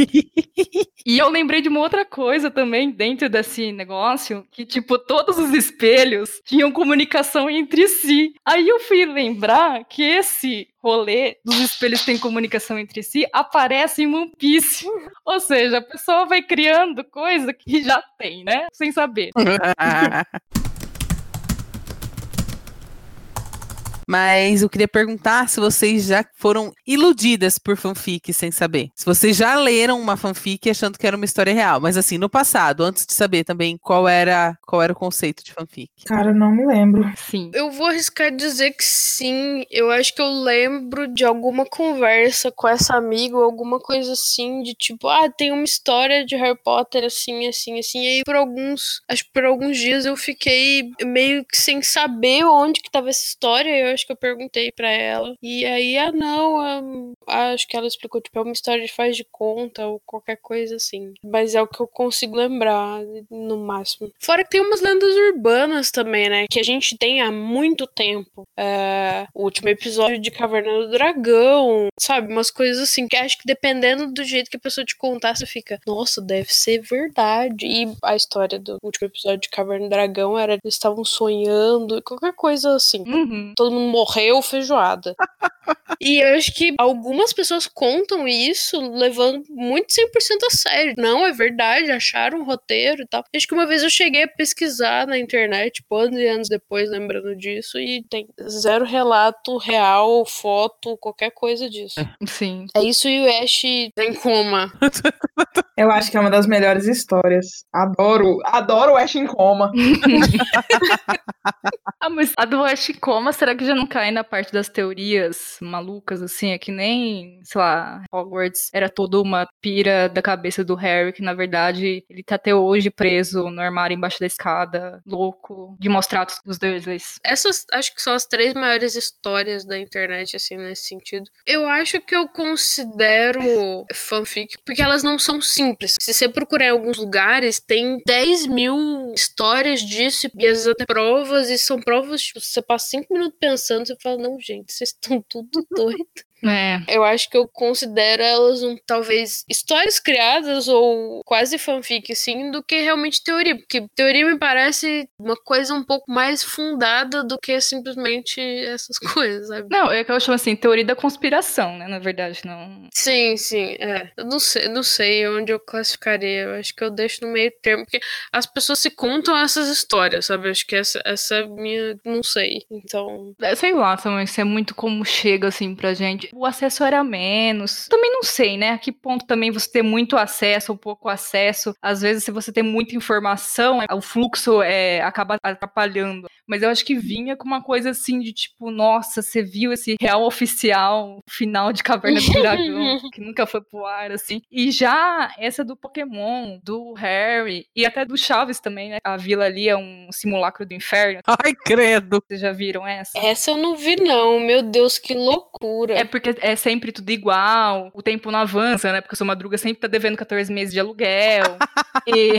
E eu lembrei de uma outra coisa também dentro desse negócio, que tipo, todos os espelhos tinham comunicação entre si. Aí eu fui lembrar que esse rolê dos espelhos têm comunicação entre si aparece em One Piece. Ou seja, a pessoa vai criando coisa que já tem, né? Sem saber. Mas eu queria perguntar se vocês já foram iludidas por fanfic sem saber. Se vocês já leram uma fanfic achando que era uma história real. Mas assim, no passado, antes de saber também qual era, qual era o conceito de fanfic. Cara, não me lembro. Sim. Eu vou arriscar dizer que sim. Eu acho que eu lembro de alguma conversa com essa amiga ou alguma coisa assim, de tipo, ah, tem uma história de Harry Potter assim, assim, assim. E aí por alguns, acho que por alguns dias eu fiquei meio que sem saber onde que tava essa história. Eu acho que eu perguntei pra ela. E aí, ah, não, ah, acho que ela explicou, tipo, é uma história de faz de conta ou qualquer coisa assim. Mas é o que eu consigo lembrar, no máximo. Fora que tem umas lendas urbanas também, né? Que a gente tem há muito tempo. É, o último episódio de Caverna do Dragão, sabe? Umas coisas assim, que acho que dependendo do jeito que a pessoa te contar, você fica, nossa, deve ser verdade. E a história do último episódio de Caverna do Dragão era eles estavam sonhando, qualquer coisa assim. Uhum. Todo mundo morreu, feijoada. E eu acho que algumas pessoas contam isso levando muito cem por cento a sério. Não, é verdade, acharam um roteiro e tal. Acho que uma vez eu cheguei a pesquisar na internet, tipo, anos e anos depois, lembrando disso, e tem zero relato real, foto, qualquer coisa disso. Sim. É isso e o Ash em coma. Eu acho que é uma das melhores histórias. Adoro, adoro o Ash em coma. Ah, mas a do Ash Coma, será que já não cai na parte das teorias malucas, assim? É que nem, sei lá, Hogwarts era toda uma pira da cabeça do Harry, que na verdade ele tá até hoje preso no armário embaixo da escada, louco, de maus tratos dos Dursleys. Essas, acho que são as três maiores histórias da internet, assim, nesse sentido. Eu acho que eu considero fanfic, porque elas não são simples. Se você procurar em alguns lugares, tem dez mil histórias disso, e às vezes até provas, e são provas, tipo, você passa cinco minutos pensando, você fala, não, gente, vocês estão tudo doidos. É. Eu acho que eu considero elas um, talvez histórias criadas ou quase fanfic, sim, do que realmente teoria. Porque teoria me parece uma coisa um pouco mais fundada do que simplesmente essas coisas, sabe? Não, é que eu chamo assim, teoria da conspiração, né? Na verdade, não. Sim, sim, é. Eu não sei, não sei onde eu classificaria. Eu acho que eu deixo no meio termo, porque as pessoas se contam essas histórias, sabe? Eu acho que essa, essa é minha. Não sei. Então. É, sei lá também, se é muito como chega assim pra gente. O acesso era menos. Também não sei, né? A que ponto também você ter muito acesso ou pouco acesso. Às vezes, se você tem muita informação, o fluxo é, acaba atrapalhando. Mas eu acho que vinha com uma coisa assim de tipo, nossa, você viu esse real oficial final de Caverna do Dragão, que nunca foi pro ar, assim. E já essa do Pokémon, do Harry, e até do Chaves também, né? A vila ali é um simulacro do inferno. Ai, credo! Vocês já viram essa? Essa eu não vi, não. Meu Deus, que loucura. É porque é sempre tudo igual, o tempo não avança, né? Porque o seu Madruga sempre tá devendo quatorze meses de aluguel. e...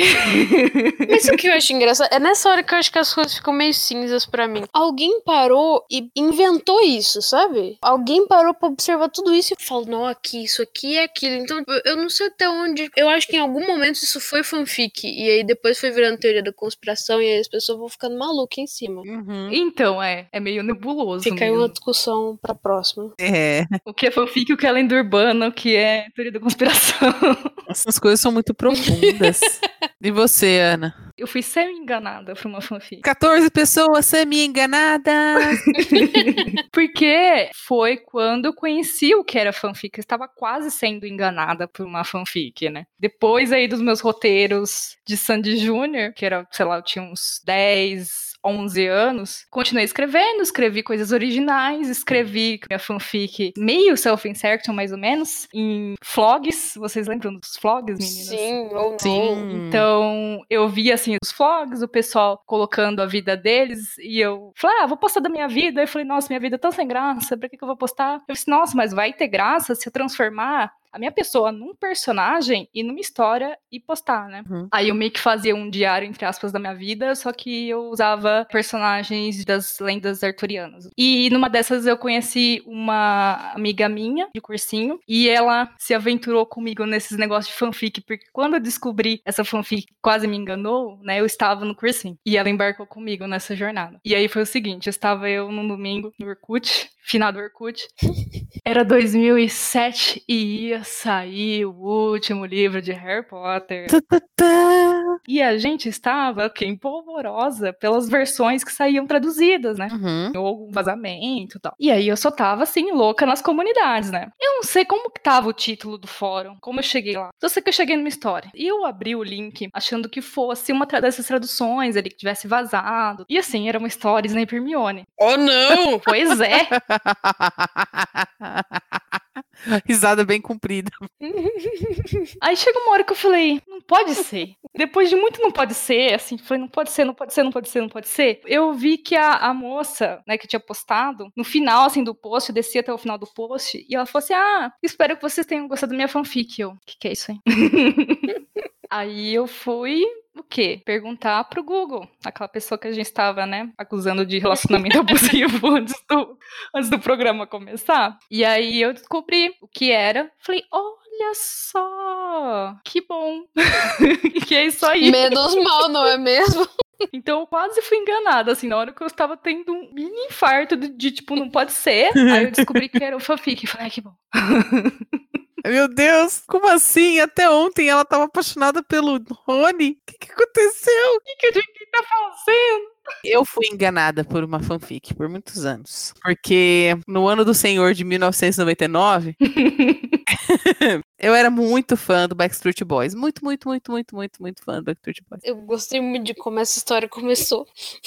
Mas o que eu acho engraçado é nessa hora que eu acho que as coisas ficam meio cinzas pra mim. Alguém parou e inventou isso, sabe? Alguém parou pra observar tudo isso e falou, não, aqui, isso aqui é aquilo. Então, eu não sei até onde... Eu acho que em algum momento isso foi fanfic. E aí depois foi virando teoria da conspiração e aí as pessoas vão ficando malucas em cima. Uhum. Então, é, é meio nebuloso Fica aí mesmo. uma discussão pra próxima. É, O que é fanfic, o que é lenda urbana, o que é teoria da conspiração. essas coisas são muito profundas. E você, Ana? Eu fui semi-enganada por uma fanfic. quatorze pessoas semi-enganadas. Porque foi quando eu conheci o que era fanfic. Eu estava quase sendo enganada por uma fanfic, né? Depois aí dos meus roteiros de Sandy Júnior, que era, sei lá, eu tinha uns dez, onze anos, continuei escrevendo, escrevi coisas originais, escrevi minha fanfic meio self-insertion, mais ou menos, em vlogs. Vocês lembram dos vlogs, meninas? Sim, ou não. Sim. Então, eu vi, assim, os vlogs, o pessoal colocando a vida deles, e eu falei, ah, vou postar da minha vida. Aí eu falei, nossa, minha vida é tão sem graça, pra que que eu vou postar? Eu disse, nossa, mas vai ter graça se eu transformar a minha pessoa num personagem e numa história e postar, né? Uhum. Aí eu meio que fazia um diário, entre aspas, da minha vida, só que eu usava personagens das lendas arturianas. E numa dessas eu conheci uma amiga minha de cursinho e ela se aventurou comigo nesses negócios de fanfic, porque quando eu descobri essa fanfic que quase me enganou, né, eu estava no cursinho e ela embarcou comigo nessa jornada. E aí foi o seguinte, estava eu num domingo no Orkut, final do Orkut, era dois mil e sete e ia ia sair o último livro de Harry Potter. Tá, tá, tá. E a gente estava, ok, empolvorosa pelas versões que saíam traduzidas, né? Uhum. Ou vazamento e tal. E aí eu só tava, assim, louca nas comunidades, né? Eu não sei como que tava o título do fórum, como eu cheguei lá. Só sei que eu cheguei numa história. E eu abri o link achando que fosse uma tra- dessas traduções ali, que tivesse vazado. E assim, era uma história Snape e Hermione. Oh, não! Pois é. Risada bem comprida. Aí chega uma hora que eu falei, não pode ser. Depois de muito não pode ser, assim, falei, não pode ser, não pode ser, não pode ser, não pode ser. Eu vi que a, a moça, né, que tinha postado, no final, assim, do post, eu desci até o final do post, e ela falou assim, ah, espero que vocês tenham gostado da minha fanfic. Eu, o que que é isso aí? Aí eu fui, o quê? Perguntar pro Google, aquela pessoa que a gente estava, né, acusando de relacionamento abusivo antes do, antes do programa começar. E aí eu descobri o que era. Falei, olha só, que bom. Que é isso aí. Menos mal, não é mesmo? Então eu quase fui enganada, assim, na hora que eu estava tendo um mini infarto de, de tipo, não pode ser. Aí eu descobri que era o fanfic. Falei, ai, que bom. Meu Deus, como assim? Até ontem ela tava apaixonada pelo Rony. O que, que aconteceu? O que, que a gente tá fazendo? Eu fui enganada por uma fanfic por muitos anos. Porque no ano do Senhor de mil novecentos e noventa e nove, eu era muito fã do Backstreet Boys. Muito, muito, muito, muito, muito, muito fã do Backstreet Boys. Eu gostei muito de como essa história começou.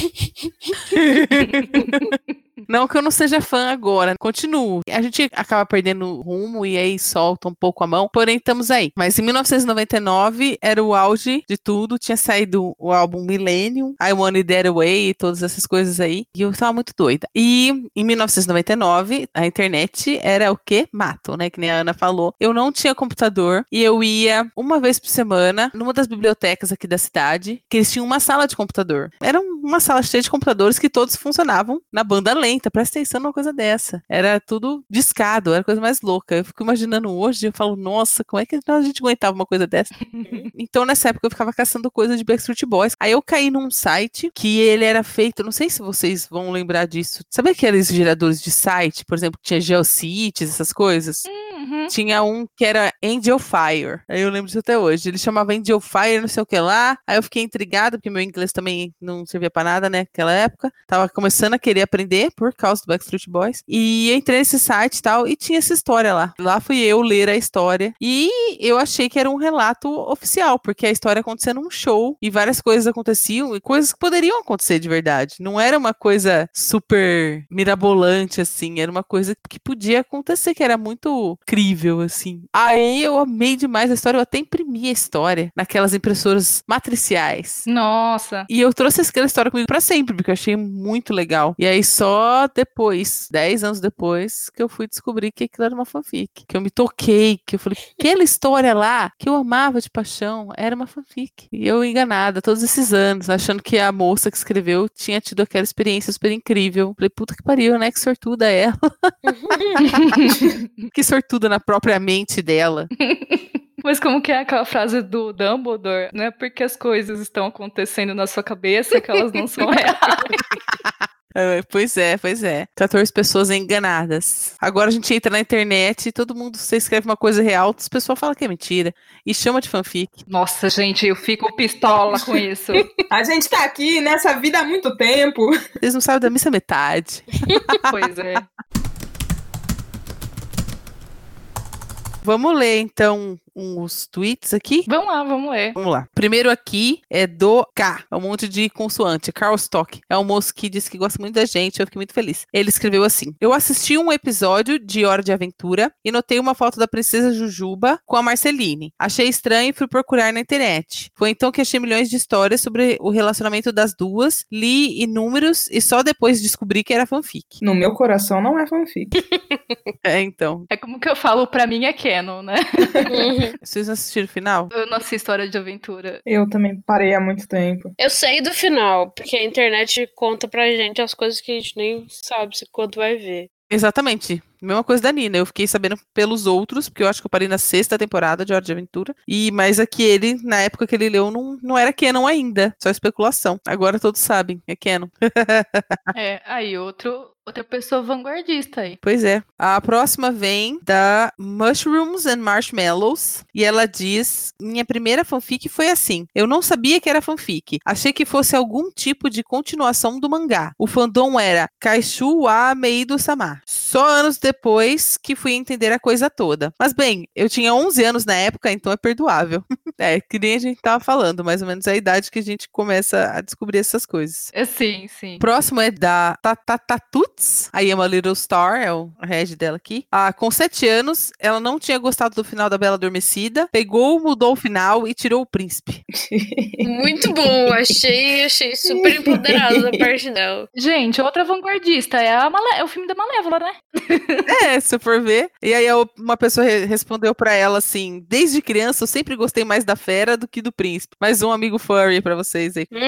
Não que eu não seja fã agora, continuo. A gente acaba perdendo rumo e aí solta um pouco a mão, porém estamos aí. Mas em mil novecentos e noventa e nove era o auge de tudo, tinha saído o álbum Millennium, I Want It That Way e todas essas coisas aí, e eu tava muito doida. E em mil novecentos e noventa e nove, a internet era o quê? Mato, né? Que nem a Ana falou. Eu não tinha computador e eu ia uma vez por semana numa das bibliotecas aqui da cidade, que eles tinham uma sala de computador. Era uma sala cheia de computadores que todos funcionavam na banda lenta. Presta atenção numa coisa dessa. Era tudo discado, era a coisa mais louca. Eu fico imaginando hoje, eu falo, nossa, como é que a gente aguentava uma coisa dessa? Então, nessa época, eu ficava caçando coisa de Backstreet Boys. Aí eu caí num site que ele era feito, não sei se vocês vão lembrar disso. Sabe aqueles geradores de site, por exemplo, que tinha GeoCities, essas coisas? Uhum. Tinha um que era Angel Fire. Aí eu lembro disso até hoje. Ele chamava Angel Fire, não sei o que lá. Aí eu fiquei intrigada, porque meu inglês também não servia pra nada, né? Naquela época. Tava começando a querer aprender por causa do Backstreet Boys. E entrei nesse site e tal, e tinha essa história lá. Lá fui eu ler a história. E eu achei que era um relato oficial, porque a história acontecia num show, e várias coisas aconteciam, e coisas que poderiam acontecer de verdade. Não era uma coisa super mirabolante, assim. Era uma coisa que podia acontecer, que era muito crível, assim. Aí eu amei demais a história, eu até imprimi a história naquelas impressoras matriciais. Nossa. E eu trouxe aquela história comigo pra sempre, porque eu achei muito legal. E aí só depois, dez anos depois, que eu fui descobrir que aquilo era uma fanfic. Que eu me toquei, que eu falei, aquela história lá, que eu amava de paixão, era uma fanfic. E eu enganada todos esses anos, achando que a moça que escreveu tinha tido aquela experiência super incrível. Falei, puta que pariu, né? Que sortuda é ela. Que sortuda na própria mente dela. Mas como que é aquela frase do Dumbledore? Não é porque as coisas estão acontecendo na sua cabeça que elas não são reais. É, pois é, pois é. quatorze pessoas enganadas. Agora a gente entra na internet e todo mundo, você escreve uma coisa real, as pessoas falam que é mentira. E chama de fanfic. Nossa, gente, eu fico pistola com isso. A gente tá aqui nessa vida há muito tempo. Vocês não sabem da missa metade. Pois é. Vamos ler, então, uns tweets aqui? Vamos lá, vamos ler. Vamos lá. Primeiro aqui é do K. É um monte de consoante. Carl Stock. É um moço que disse que gosta muito da gente. Eu fiquei muito feliz. Ele escreveu assim. Eu assisti um episódio de Hora de Aventura e notei uma foto da princesa Jujuba com a Marceline. Achei estranho e fui procurar na internet. Foi então que achei milhões de histórias sobre o relacionamento das duas. Li inúmeros e só depois descobri que era fanfic. No meu coração não é fanfic. É, então. É como que eu falo, pra mim é canon, né? Vocês não assistiram o final? Eu não assisto Hora de Aventura. Eu também parei há muito tempo. Eu sei do final, porque a internet conta pra gente as coisas que a gente nem sabe se quando vai ver. Exatamente. Mesma coisa da Nina, eu fiquei sabendo pelos outros, porque eu acho que eu parei na sexta temporada de Hora de Aventura, e mas aquele, na época que ele leu, não, não era canon ainda, só especulação. Agora todos sabem, é canon. É, aí outro, outra pessoa vanguardista aí. Pois é. A próxima vem da Mushrooms and Marshmallows, e ela diz, minha primeira fanfic foi assim, eu não sabia que era fanfic, achei que fosse algum tipo de continuação do mangá. O fandom era Kaishu wa Meido-sama. Só anos depois que fui entender a coisa toda. Mas bem, eu tinha onze anos na época, então é perdoável. É, que nem a gente tava falando, mais ou menos a idade que a gente começa a descobrir essas coisas. É, sim, sim. O próximo é da Tatatatuts, I Am a Little Star, é o head dela aqui. Ah, com sete anos, ela não tinha gostado do final da Bela Adormecida, pegou, mudou o final e tirou o príncipe. Muito bom, achei, achei super empoderada da parte dela. Gente, outra vanguardista é, a Malé- é o filme da Malévola, né? É, se for ver. E aí uma pessoa re- respondeu pra ela assim, desde criança eu sempre gostei mais da fera do que do príncipe. Mais um amigo furry pra vocês aí.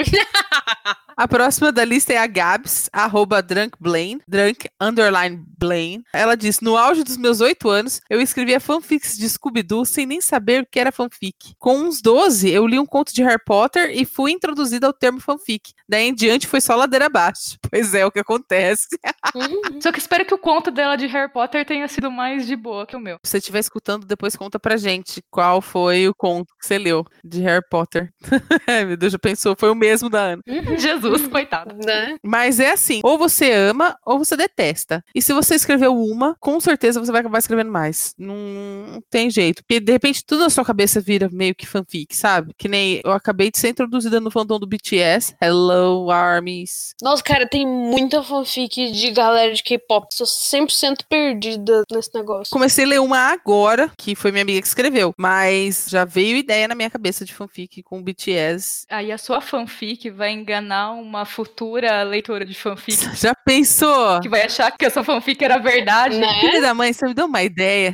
A próxima da lista é a Gabs, arroba drunkblaine, drunk underline Blaine. Ela diz, no auge dos meus oito anos, eu escrevia fanfics de Scooby-Doo sem nem saber o que era fanfic. Com uns doze, eu li um conto de Harry Potter e fui introduzida ao termo fanfic. Daí em diante foi só ladeira abaixo. Pois é, o que acontece. Só que espero que o conto dela de Harry Potter tenha sido mais de boa que o meu. Se você estiver escutando, depois conta pra gente qual foi o conto que você leu de Harry Potter. Ai, meu Deus, já pensou? Foi o mesmo da Ana. Jesus, coitado. Né? Mas é assim, ou você ama ou você detesta. E se você escreveu uma, com certeza você vai acabar escrevendo mais. Não, não tem jeito. Porque de repente tudo na sua cabeça vira meio que fanfic, sabe? Que nem eu acabei de ser introduzida no fandom do B T S. Hello, Armies. Nossa, cara, tem muita fanfic de galera de K-pop. Sou cem por cento perdida nesse negócio. Comecei a ler uma agora, que foi minha amiga que escreveu. Mas já veio ideia na minha cabeça de fanfic com o B T S. Aí a sua fanfic vai enganar uma futura leitora de fanfic Já pensou? que vai achar que a sua fanfic era verdade. Né? Filha da mãe, você me deu uma ideia.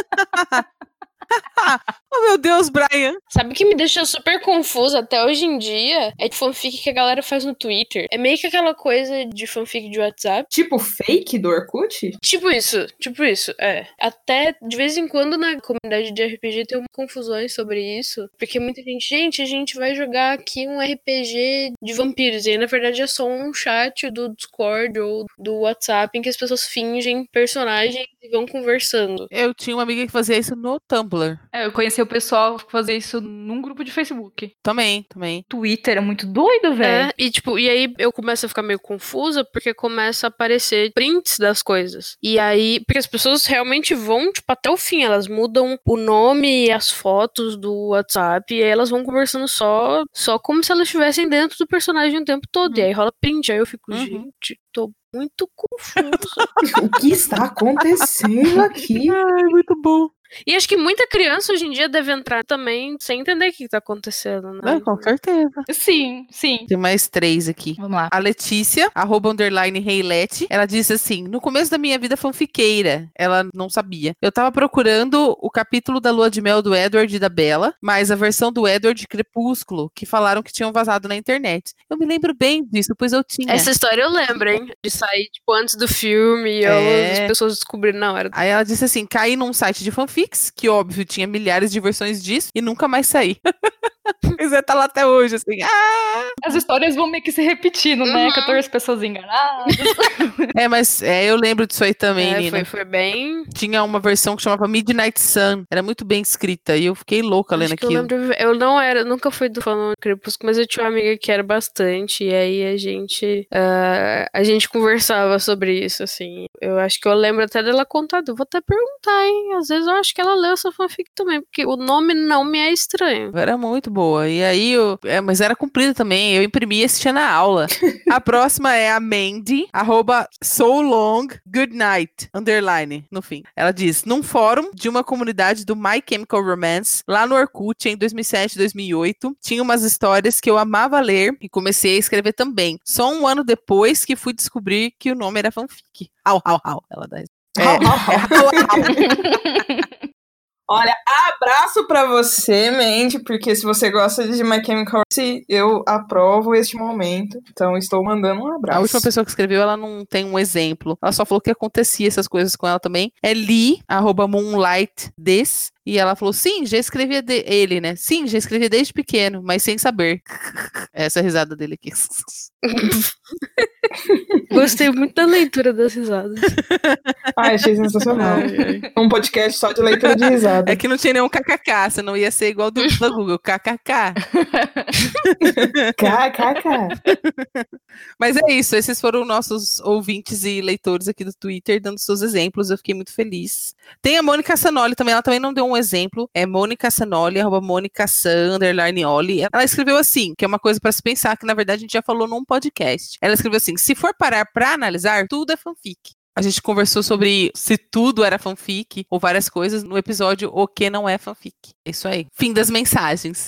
Oh, meu Deus, Brian. Sabe o que me deixa super confusa até hoje em dia? É de fanfic que a galera faz no Twitter. É meio que aquela coisa de fanfic de WhatsApp. Tipo fake do Orkut? Tipo isso, tipo isso, é. Até de vez em quando na comunidade de R P G tem confusões sobre isso. Porque muita gente, gente, a gente vai jogar aqui um R P G de vampiros. E aí, na verdade, é só um chat do Discord ou do WhatsApp em que as pessoas fingem personagens e vão conversando. Eu tinha uma amiga que fazia isso no Tumblr. É, eu conheci o pessoal fazer isso num grupo de Facebook. Também, também. Twitter é muito doido, velho. É, e tipo, e aí eu começo a ficar meio confusa porque começa a aparecer prints das coisas. E aí, porque as pessoas realmente vão, tipo, até o fim, elas mudam o nome e as fotos do WhatsApp e aí elas vão conversando só, só como se elas estivessem dentro do personagem o tempo todo. Uhum. E aí rola print, aí eu fico, Uhum. gente, tô muito confusa. O que está acontecendo aqui? Ai, muito bom. E acho que muita criança hoje em dia deve entrar também sem entender o que tá acontecendo, né? É, com certeza. Sim, sim. Tem mais três aqui. Vamos lá. A Letícia, arroba underline Reilete, ela disse assim, no começo da minha vida fanfiqueira, ela não sabia. Eu tava procurando o capítulo da lua de mel do Edward e da Bella, mas a versão do Edward Crepúsculo, que falaram que tinham vazado na internet. Eu me lembro bem disso, pois eu tinha. Essa história eu lembro, hein? De sair, tipo, antes do filme e É. as pessoas descobriram na hora. Aí ela disse assim, caí num site de fanfics, que óbvio tinha milhares de versões disso, e nunca mais saí. Pois é, tá lá até hoje, assim. Ah! As histórias vão meio que se repetindo, né? Uhum. catorze pessoas enganadas. É, mas é, eu lembro disso aí também, É, Nina. foi, foi bem. Tinha uma versão que chamava Midnight Sun. Era muito bem escrita. E eu fiquei louca lendo Acho que eu aquilo. lembro. Eu não era, nunca fui do fã do Crepúsculo, mas eu tinha uma amiga que era bastante. E aí a gente. ah, a gente conversava sobre isso, assim. Eu acho que eu lembro até dela contar. Eu vou até perguntar, hein? Às vezes eu acho que ela leu essa fanfic também, porque o nome não me é estranho. Era muito boa. E aí, eu... é, mas era comprida também. Eu imprimi e assistia na aula. A próxima é a Mandy, arroba so long, good night, underline, no fim. Ela diz, num fórum de uma comunidade do My Chemical Romance, lá no Orkut, em dois mil e sete, dois mil e oito, tinha umas histórias que eu amava ler e comecei a escrever também. Só um ano depois que fui descobrir que o nome era fanfic. Au, au, au, ela dá. É, Au, au, au. é, au, au. Olha, abraço pra você, Mandy, porque se você gosta de My Chemical Romance, eu aprovo este momento. Então, estou mandando um abraço. A última pessoa que escreveu, ela não tem um exemplo. Ela só falou que acontecia essas coisas com ela também. É Lee, arroba moonlightdes. E ela falou, sim, já escrevia de... ele, né? Sim, já escrevia desde pequeno, mas sem saber. Essa é a risada dele aqui. Gostei muito da leitura das risadas. Ai, achei sensacional. Ai, ai. Um podcast só de leitura de risada. É que não tinha nenhum kkk, senão ia ser igual do, do Google, kkk. Cá, cá, cá. Mas é isso, esses foram nossos ouvintes e leitores aqui do Twitter, dando seus exemplos, eu fiquei muito feliz. Tem a Mônica Sanoli também, ela também não deu um exemplo, é Mônica Sanoli, arroba Mônica San, underline Oli. Ela escreveu assim, que é uma coisa pra se pensar, que na verdade a gente já falou num podcast. Ela escreveu assim, se for parar pra analisar, tudo é fanfic. A gente conversou sobre se tudo era fanfic, ou várias coisas, no episódio O Que Não É Fanfic. É isso aí. Fim das mensagens.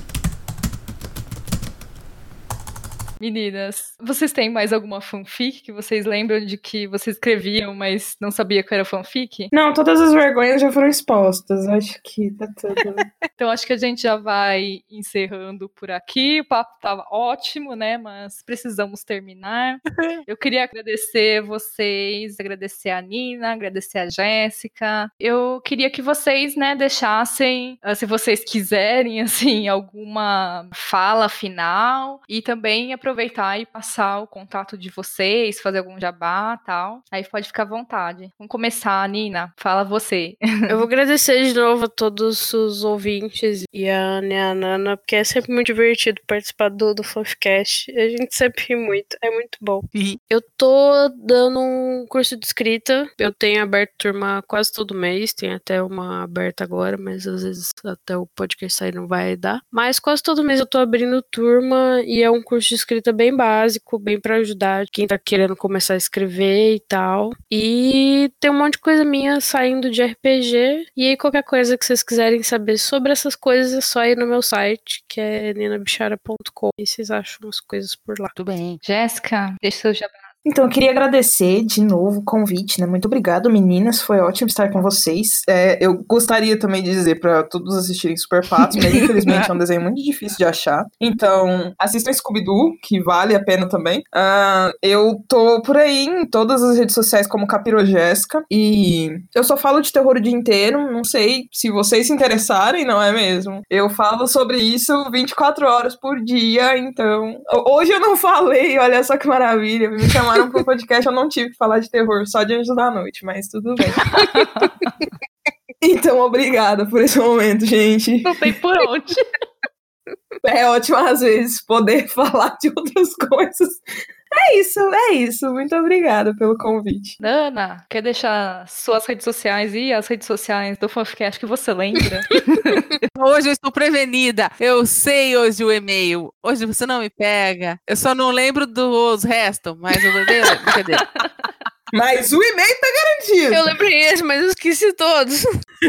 Meninas, vocês têm mais alguma fanfic que vocês lembram de que vocês escreviam, mas não sabia que era fanfic? Não, todas as vergonhas já foram expostas. Acho que tá tudo. Então acho que a gente já vai encerrando por aqui. O papo tava ótimo, né? Mas precisamos terminar. Eu queria agradecer vocês, agradecer a Nina, agradecer a Jéssica. Eu queria que vocês, né, deixassem, se vocês quiserem, assim, alguma fala final e também aproveitar e passar o contato de vocês, fazer algum jabá e tal. Aí pode ficar à vontade. Vamos começar, Nina. Fala você. Eu vou agradecer de novo a todos os ouvintes e a Ana e a Nana, porque é sempre muito divertido participar do, do Fanficast. A gente sempre ri muito, é muito bom. E Eu tô dando um curso de escrita, eu tenho aberto turma quase todo mês, tem até uma aberta agora, mas às vezes até o podcast sair não vai dar. Mas quase todo mês eu tô abrindo turma e é um curso de escrita bem básico, bem pra ajudar quem tá querendo começar a escrever e tal. E tem um monte de coisa minha saindo de R P G. E aí qualquer coisa que vocês quiserem saber sobre essas coisas é só ir no meu site, que é nina bichara ponto com, e vocês acham as coisas por lá. tudo bem. Jéssica, deixa seu jabá. Então, eu queria agradecer de novo o convite, né? Muito obrigado, meninas. Foi ótimo estar com vocês. É, eu gostaria também de dizer para todos assistirem Super Patos, mas infelizmente é um desenho muito difícil de achar. Então, assistam Scooby-Doo, que vale a pena também. Uh, eu tô por aí em todas as redes sociais como Capiro Jéssica. E eu só falo de terror o dia inteiro. Não sei se vocês se interessarem, não é mesmo? Eu falo sobre isso vinte e quatro horas por dia, então... Hoje eu não falei, olha só que maravilha. Me chamaram pro podcast, eu não tive que falar de terror, só de Anjos da Noite, mas tudo bem. Então, obrigada por esse momento, gente. Não tem por onde. É ótimo, às vezes, poder falar de outras coisas. É isso, é isso. Muito obrigada pelo convite. Nana, quer deixar suas redes sociais e as redes sociais do Fanficast que você lembra? Hoje eu estou prevenida. Eu sei hoje o e-mail. Hoje você não me pega. Eu só não lembro dos restos, mas eu lembrei. Brincadeira. Mas o e-mail tá garantido. Eu lembrei esse, mas eu esqueci todos.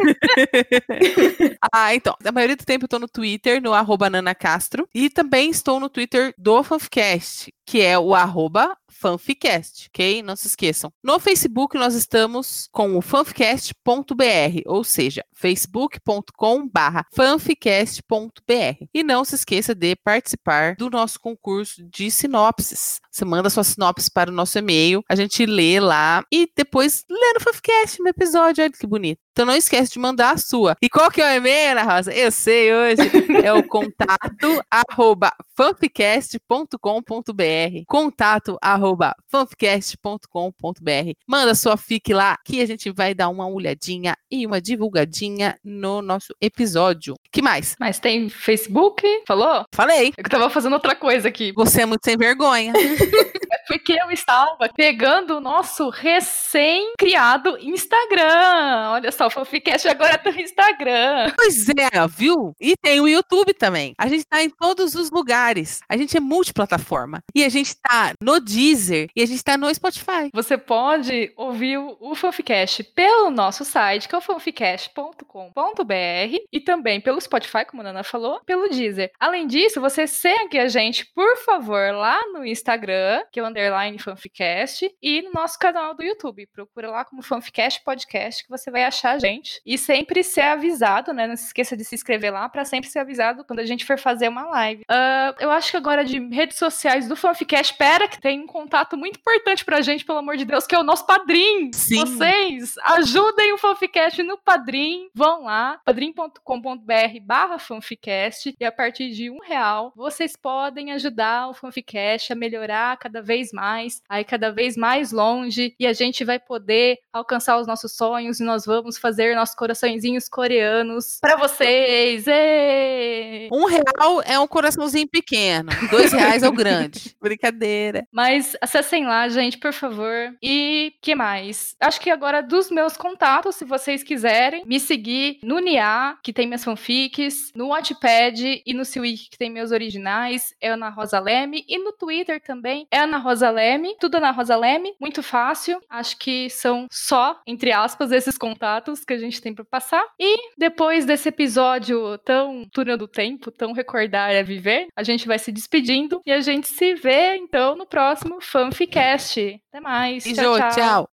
Ah, então, a maioria do tempo eu tô no Twitter, no arroba Nana Castro, e também estou no Twitter do Fanficast, que é o arroba Fanficast, ok? Não se esqueçam. No Facebook nós estamos com o fanficast ponto b r, ou seja, facebook ponto com barra fanficast ponto b r. E não se esqueça de participar do nosso concurso de sinopses. Você manda sua sinopse para o nosso e-mail, a gente lê lá e depois lê no Fanficast no episódio, olha que bonito. Então não esquece de mandar a sua. E qual que é o e-mail, Ana Rosa? Eu sei hoje. É o contato arroba fanficast ponto com ponto b r. Contato arroba fanficast ponto com ponto b r. Manda sua fic lá que a gente vai dar uma olhadinha e uma divulgadinha no nosso episódio. Que mais? Mas tem Facebook? Falou? Falei. Eu tava fazendo outra coisa aqui. Você é muito sem vergonha. É porque eu estava pegando o nosso recém-criado Instagram. Olha só, o Fanficast agora tá no Instagram. Pois é, viu? E tem o YouTube também. A gente tá em todos os lugares. A gente é multiplataforma. E a gente tá no Deezer e a gente tá no Spotify. Você pode ouvir o Fanficast pelo nosso site, que é o fanficast ponto com ponto b r, e também pelo Spotify, como a Nana falou, pelo Deezer. Além disso, você segue a gente, por favor, lá no Instagram, que é o underline fanficast, e no nosso canal do YouTube. Procura lá como Fanficast Podcast que você vai achar a gente. E sempre ser avisado, né? Não se esqueça de se inscrever lá pra sempre ser avisado quando a gente for fazer uma live. Uh, eu acho que agora de redes sociais do Fanficast, espera que tem um contato muito importante pra gente, pelo amor de Deus, que é o nosso Padrim. Sim. Vocês ajudem o Fanficast no Padrim. Vão lá, padrim.com.br barra fanficast, e a partir de um real vocês podem ajudar o Fanficast a melhorar cada vez mais, aí cada vez mais longe, e a gente vai poder alcançar os nossos sonhos, e nós vamos fazer nossos coraçõezinhos coreanos pra vocês. Êêê! Um real é um coraçãozinho pequeno, dois reais é o grande. Brincadeira. Mas acessem lá, gente, por favor. E que mais? Acho que agora dos meus contatos, se vocês quiserem me seguir no Nia, que tem minhas fanfics, no Wattpad e no Seawiki, que tem meus originais, é Ana Rosa Leme, e no Twitter também é Ana Rosa Leme, tudo Ana Rosa Leme, muito fácil. Acho que são só, entre aspas, esses contatos que a gente tem para passar. E depois desse episódio tão túnel do tempo, tão recordar é viver, a gente vai se despedindo e a gente se vê então no próximo Fanficast. Até mais. E tchau, Jô, tchau. tchau.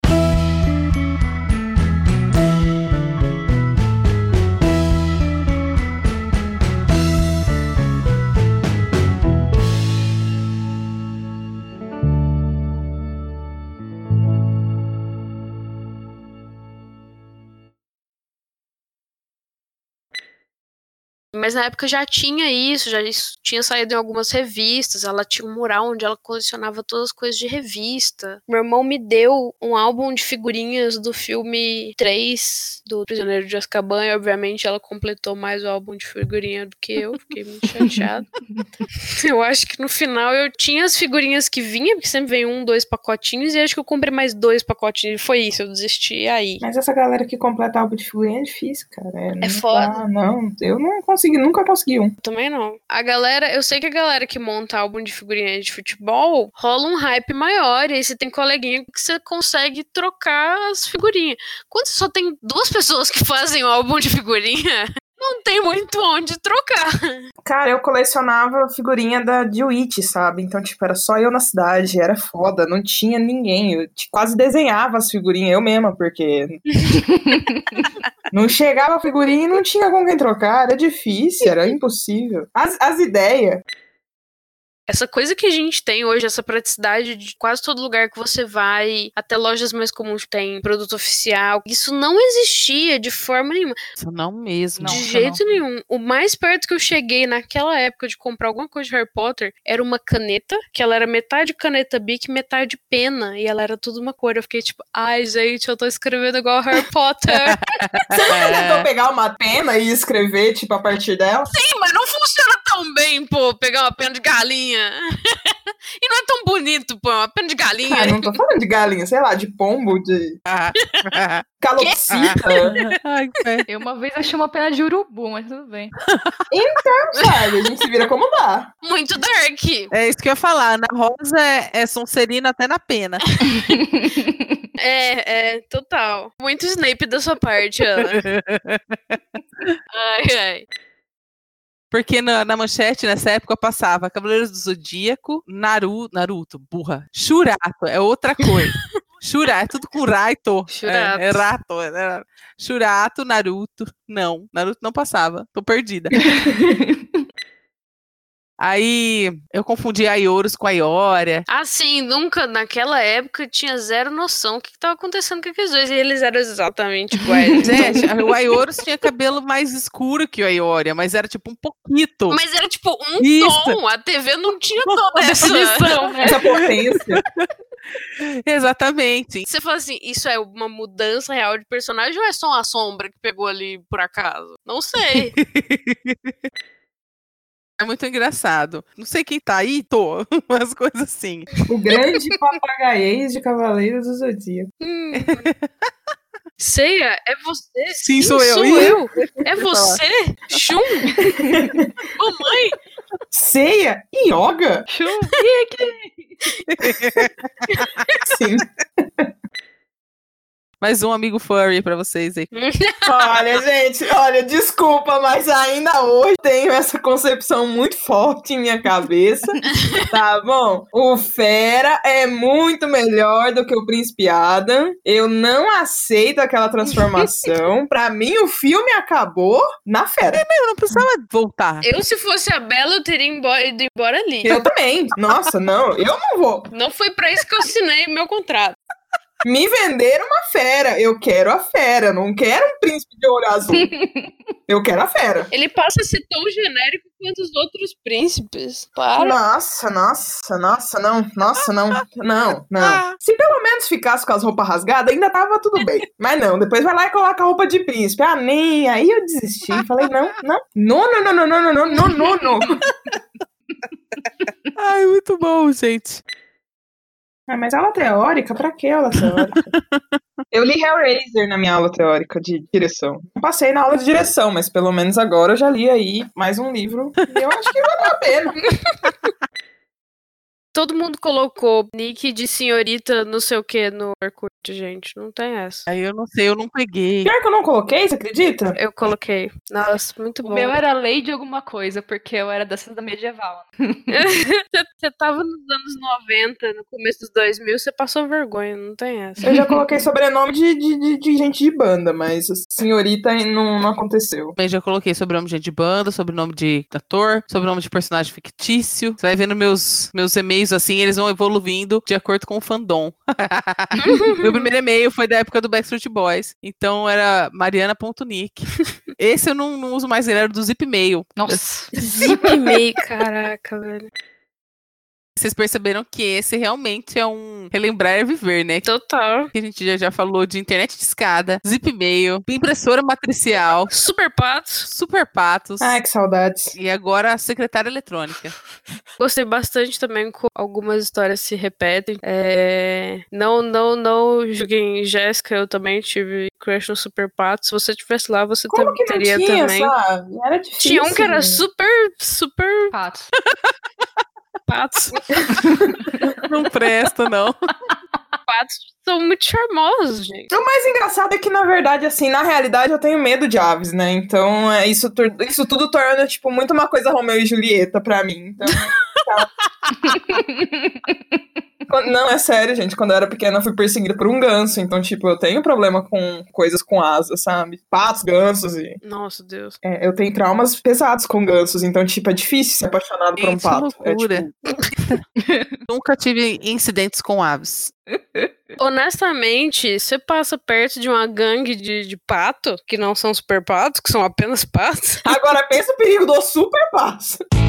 Mas na época já tinha isso, já isso tinha saído em algumas revistas. Ela tinha um mural onde ela colecionava todas as coisas de revista. Meu irmão me deu um álbum de figurinhas do filme três do Prisioneiro de Azkaban, e obviamente ela completou mais o álbum de figurinha do que eu. Fiquei muito chateada. Eu acho que no final eu tinha as figurinhas que vinha, porque sempre vem um, dois pacotinhos, e acho que eu comprei mais dois pacotinhos. E foi isso, eu desisti aí. Mas essa galera que completa álbum de figurinha é difícil, cara. É, não foda. dá, não, eu não consegui, nunca consegui um. Também não. A galera, eu sei que a galera que monta álbum de figurinha de futebol, rola um hype maior, e aí você tem coleguinha que você consegue trocar as figurinhas. Quando você só tem duas pessoas que fazem o álbum de figurinha, não tem muito onde trocar. Cara, eu colecionava figurinha da de Witch, sabe? Então, tipo, era só eu na cidade, era foda, não tinha ninguém. Eu tipo, quase desenhava as figurinhas eu mesma, porque não chegava a figurinha e não tinha com quem trocar, era difícil, era impossível. As, as ideias. Essa coisa que a gente tem hoje, essa praticidade de quase todo lugar que você vai, até lojas mais comuns tem produto oficial, isso não existia de forma nenhuma. Isso não mesmo. De Não, jeito não. nenhum. O mais perto que eu cheguei naquela época de comprar alguma coisa de Harry Potter era uma caneta, que ela era metade caneta Bic, metade pena, e ela era tudo uma cor. Eu fiquei tipo, ai gente, eu tô escrevendo igual Harry Potter. Você não tentou pegar uma pena e escrever, tipo, a partir dela? Sim, mas não funciona tão bem, pô, pegar uma pena de galinha. E não é tão bonito, pô, uma pena de galinha. Ah, não tô falando de galinha, sei lá, de pombo, de calopsita. Ai, que Eu uma vez achei uma pena de urubu, mas tudo bem. Então, sabe, a gente se vira como dá. Muito dark. É isso que eu ia falar. Ana Rosa é, é Sonserina até na pena. É, é, total. Muito Snape da sua parte, Ana. Ai, ai. Porque na, na manchete, nessa época, passava Cavaleiros do Zodíaco, Naru, Naruto, burra. Churato, é outra coisa. Churato, é tudo com Raito. Churato. É, é rato. É, Churato, Naruto. Não, Naruto não passava. Tô perdida. Aí eu confundi a Ioros com a Ioria. Assim, nunca, naquela época, tinha zero noção do que estava acontecendo com aqueles dois. E eles eram exatamente iguais. Gente, o Aioros tinha cabelo mais escuro que o Ioria, mas era tipo um pouquito. Mas era tipo um Isso. tom. A T V não tinha toda essa Definição, né? Essa potência. Exatamente. Você fala assim, isso é uma mudança real de personagem ou é só uma sombra que pegou ali por acaso? Não sei. É muito engraçado. Não sei quem tá aí, tô. Umas coisas assim. O grande papagaiês de Cavaleiros do Zodíaco. Hum. Ceia, é você? Sim, sou eu. Sou Ih, eu. É eu ia falar. você? Shun? Mamãe? Ceia? Yoga? Chum, e aqui? Sim. Mais um amigo furry pra vocês aí. Olha, gente, olha, desculpa, mas ainda hoje tenho essa concepção muito forte em minha cabeça, tá bom? O Fera é muito melhor do que o Príncipe Adam. Eu não aceito aquela transformação. Pra mim, o filme acabou na Fera. Eu não precisava voltar. Eu, se fosse a Bela, eu teria embora, ido embora ali. Eu também. Nossa, não, eu não vou. Não foi pra isso que eu assinei meu contrato. Me venderam uma fera. Eu quero a fera. Não quero um príncipe de olho azul. Eu quero a fera. Ele passa a ser tão genérico quanto os outros príncipes. Para. Nossa, nossa, nossa, não. Nossa, não. Não, não. Se pelo menos ficasse com as roupas rasgadas, ainda tava tudo bem. Mas não, depois vai lá e coloca a roupa de príncipe. Ah, nem. Aí eu desisti. Falei, não, não. Não, não, não, não, não, não, não, não, não. Ai, muito bom, gente. Ah, mas aula teórica? Pra que aula teórica? Eu li Hellraiser na minha aula teórica de direção. Não passei na aula de direção, mas pelo menos agora eu já li aí mais um livro e eu acho que valeu a pena. Todo mundo colocou nick de senhorita não sei o que no Orkut, gente. Não tem essa. Aí eu não sei, eu não peguei. Pior que eu não coloquei, você acredita? Eu coloquei. Nossa, muito O bom. meu era Lady alguma coisa, porque eu era dessa da medieval. Você tava nos anos noventa, no começo dos dois mil, você passou vergonha, não tem essa. Eu já coloquei sobrenome de, de, de, de gente de banda, mas senhorita não, não aconteceu. Também já coloquei sobrenome de gente de banda, sobrenome de ator, sobrenome de personagem fictício. Você vai vendo meus, meus e-mails assim, eles vão evoluindo de acordo com o fandom. Meu primeiro e-mail foi da época do Backstreet Boys, então era mariana.nick. Esse eu não, não uso mais, ele era do Zipmail. Nossa. Zipmail, caraca, velho. Vocês perceberam que esse realmente é um relembrar e viver, né? Total. Que a gente já, já falou de internet de escada, Zipmail, impressora matricial, Super Patos. Super Patos. Ai, que saudades. E agora a secretária eletrônica. Gostei bastante também com algumas histórias se repetem. É... Não, não, não julguem Jéssica, eu também tive crush no Super Patos. Se você tivesse lá, você Como também que não teria tinha, também. sabe? Era difícil. Tinha um que era super, super Patos. patos. Não presta, não. Patos são muito charmosos, gente. O mais engraçado é que, na verdade, assim, na realidade eu tenho medo de aves, né? Então, é, isso, tur- isso tudo torna, tipo, muito uma coisa Romeu e Julieta pra mim. Então, tá. Quando- Não, é sério, gente. Quando eu era pequena, eu fui perseguida por um ganso. Então, tipo, eu tenho problema com coisas com asas, sabe? Patos, gansos e... Nossa, Deus. É, eu tenho traumas pesados com gansos. Então, tipo, é difícil ser apaixonado por um Gente, que pato. É, loucura. tipo, Nunca tive incidentes com aves. Honestamente, você passa perto de uma gangue de, de pato, que não são super patos, que são apenas patos. Agora, pensa o perigo do super pato.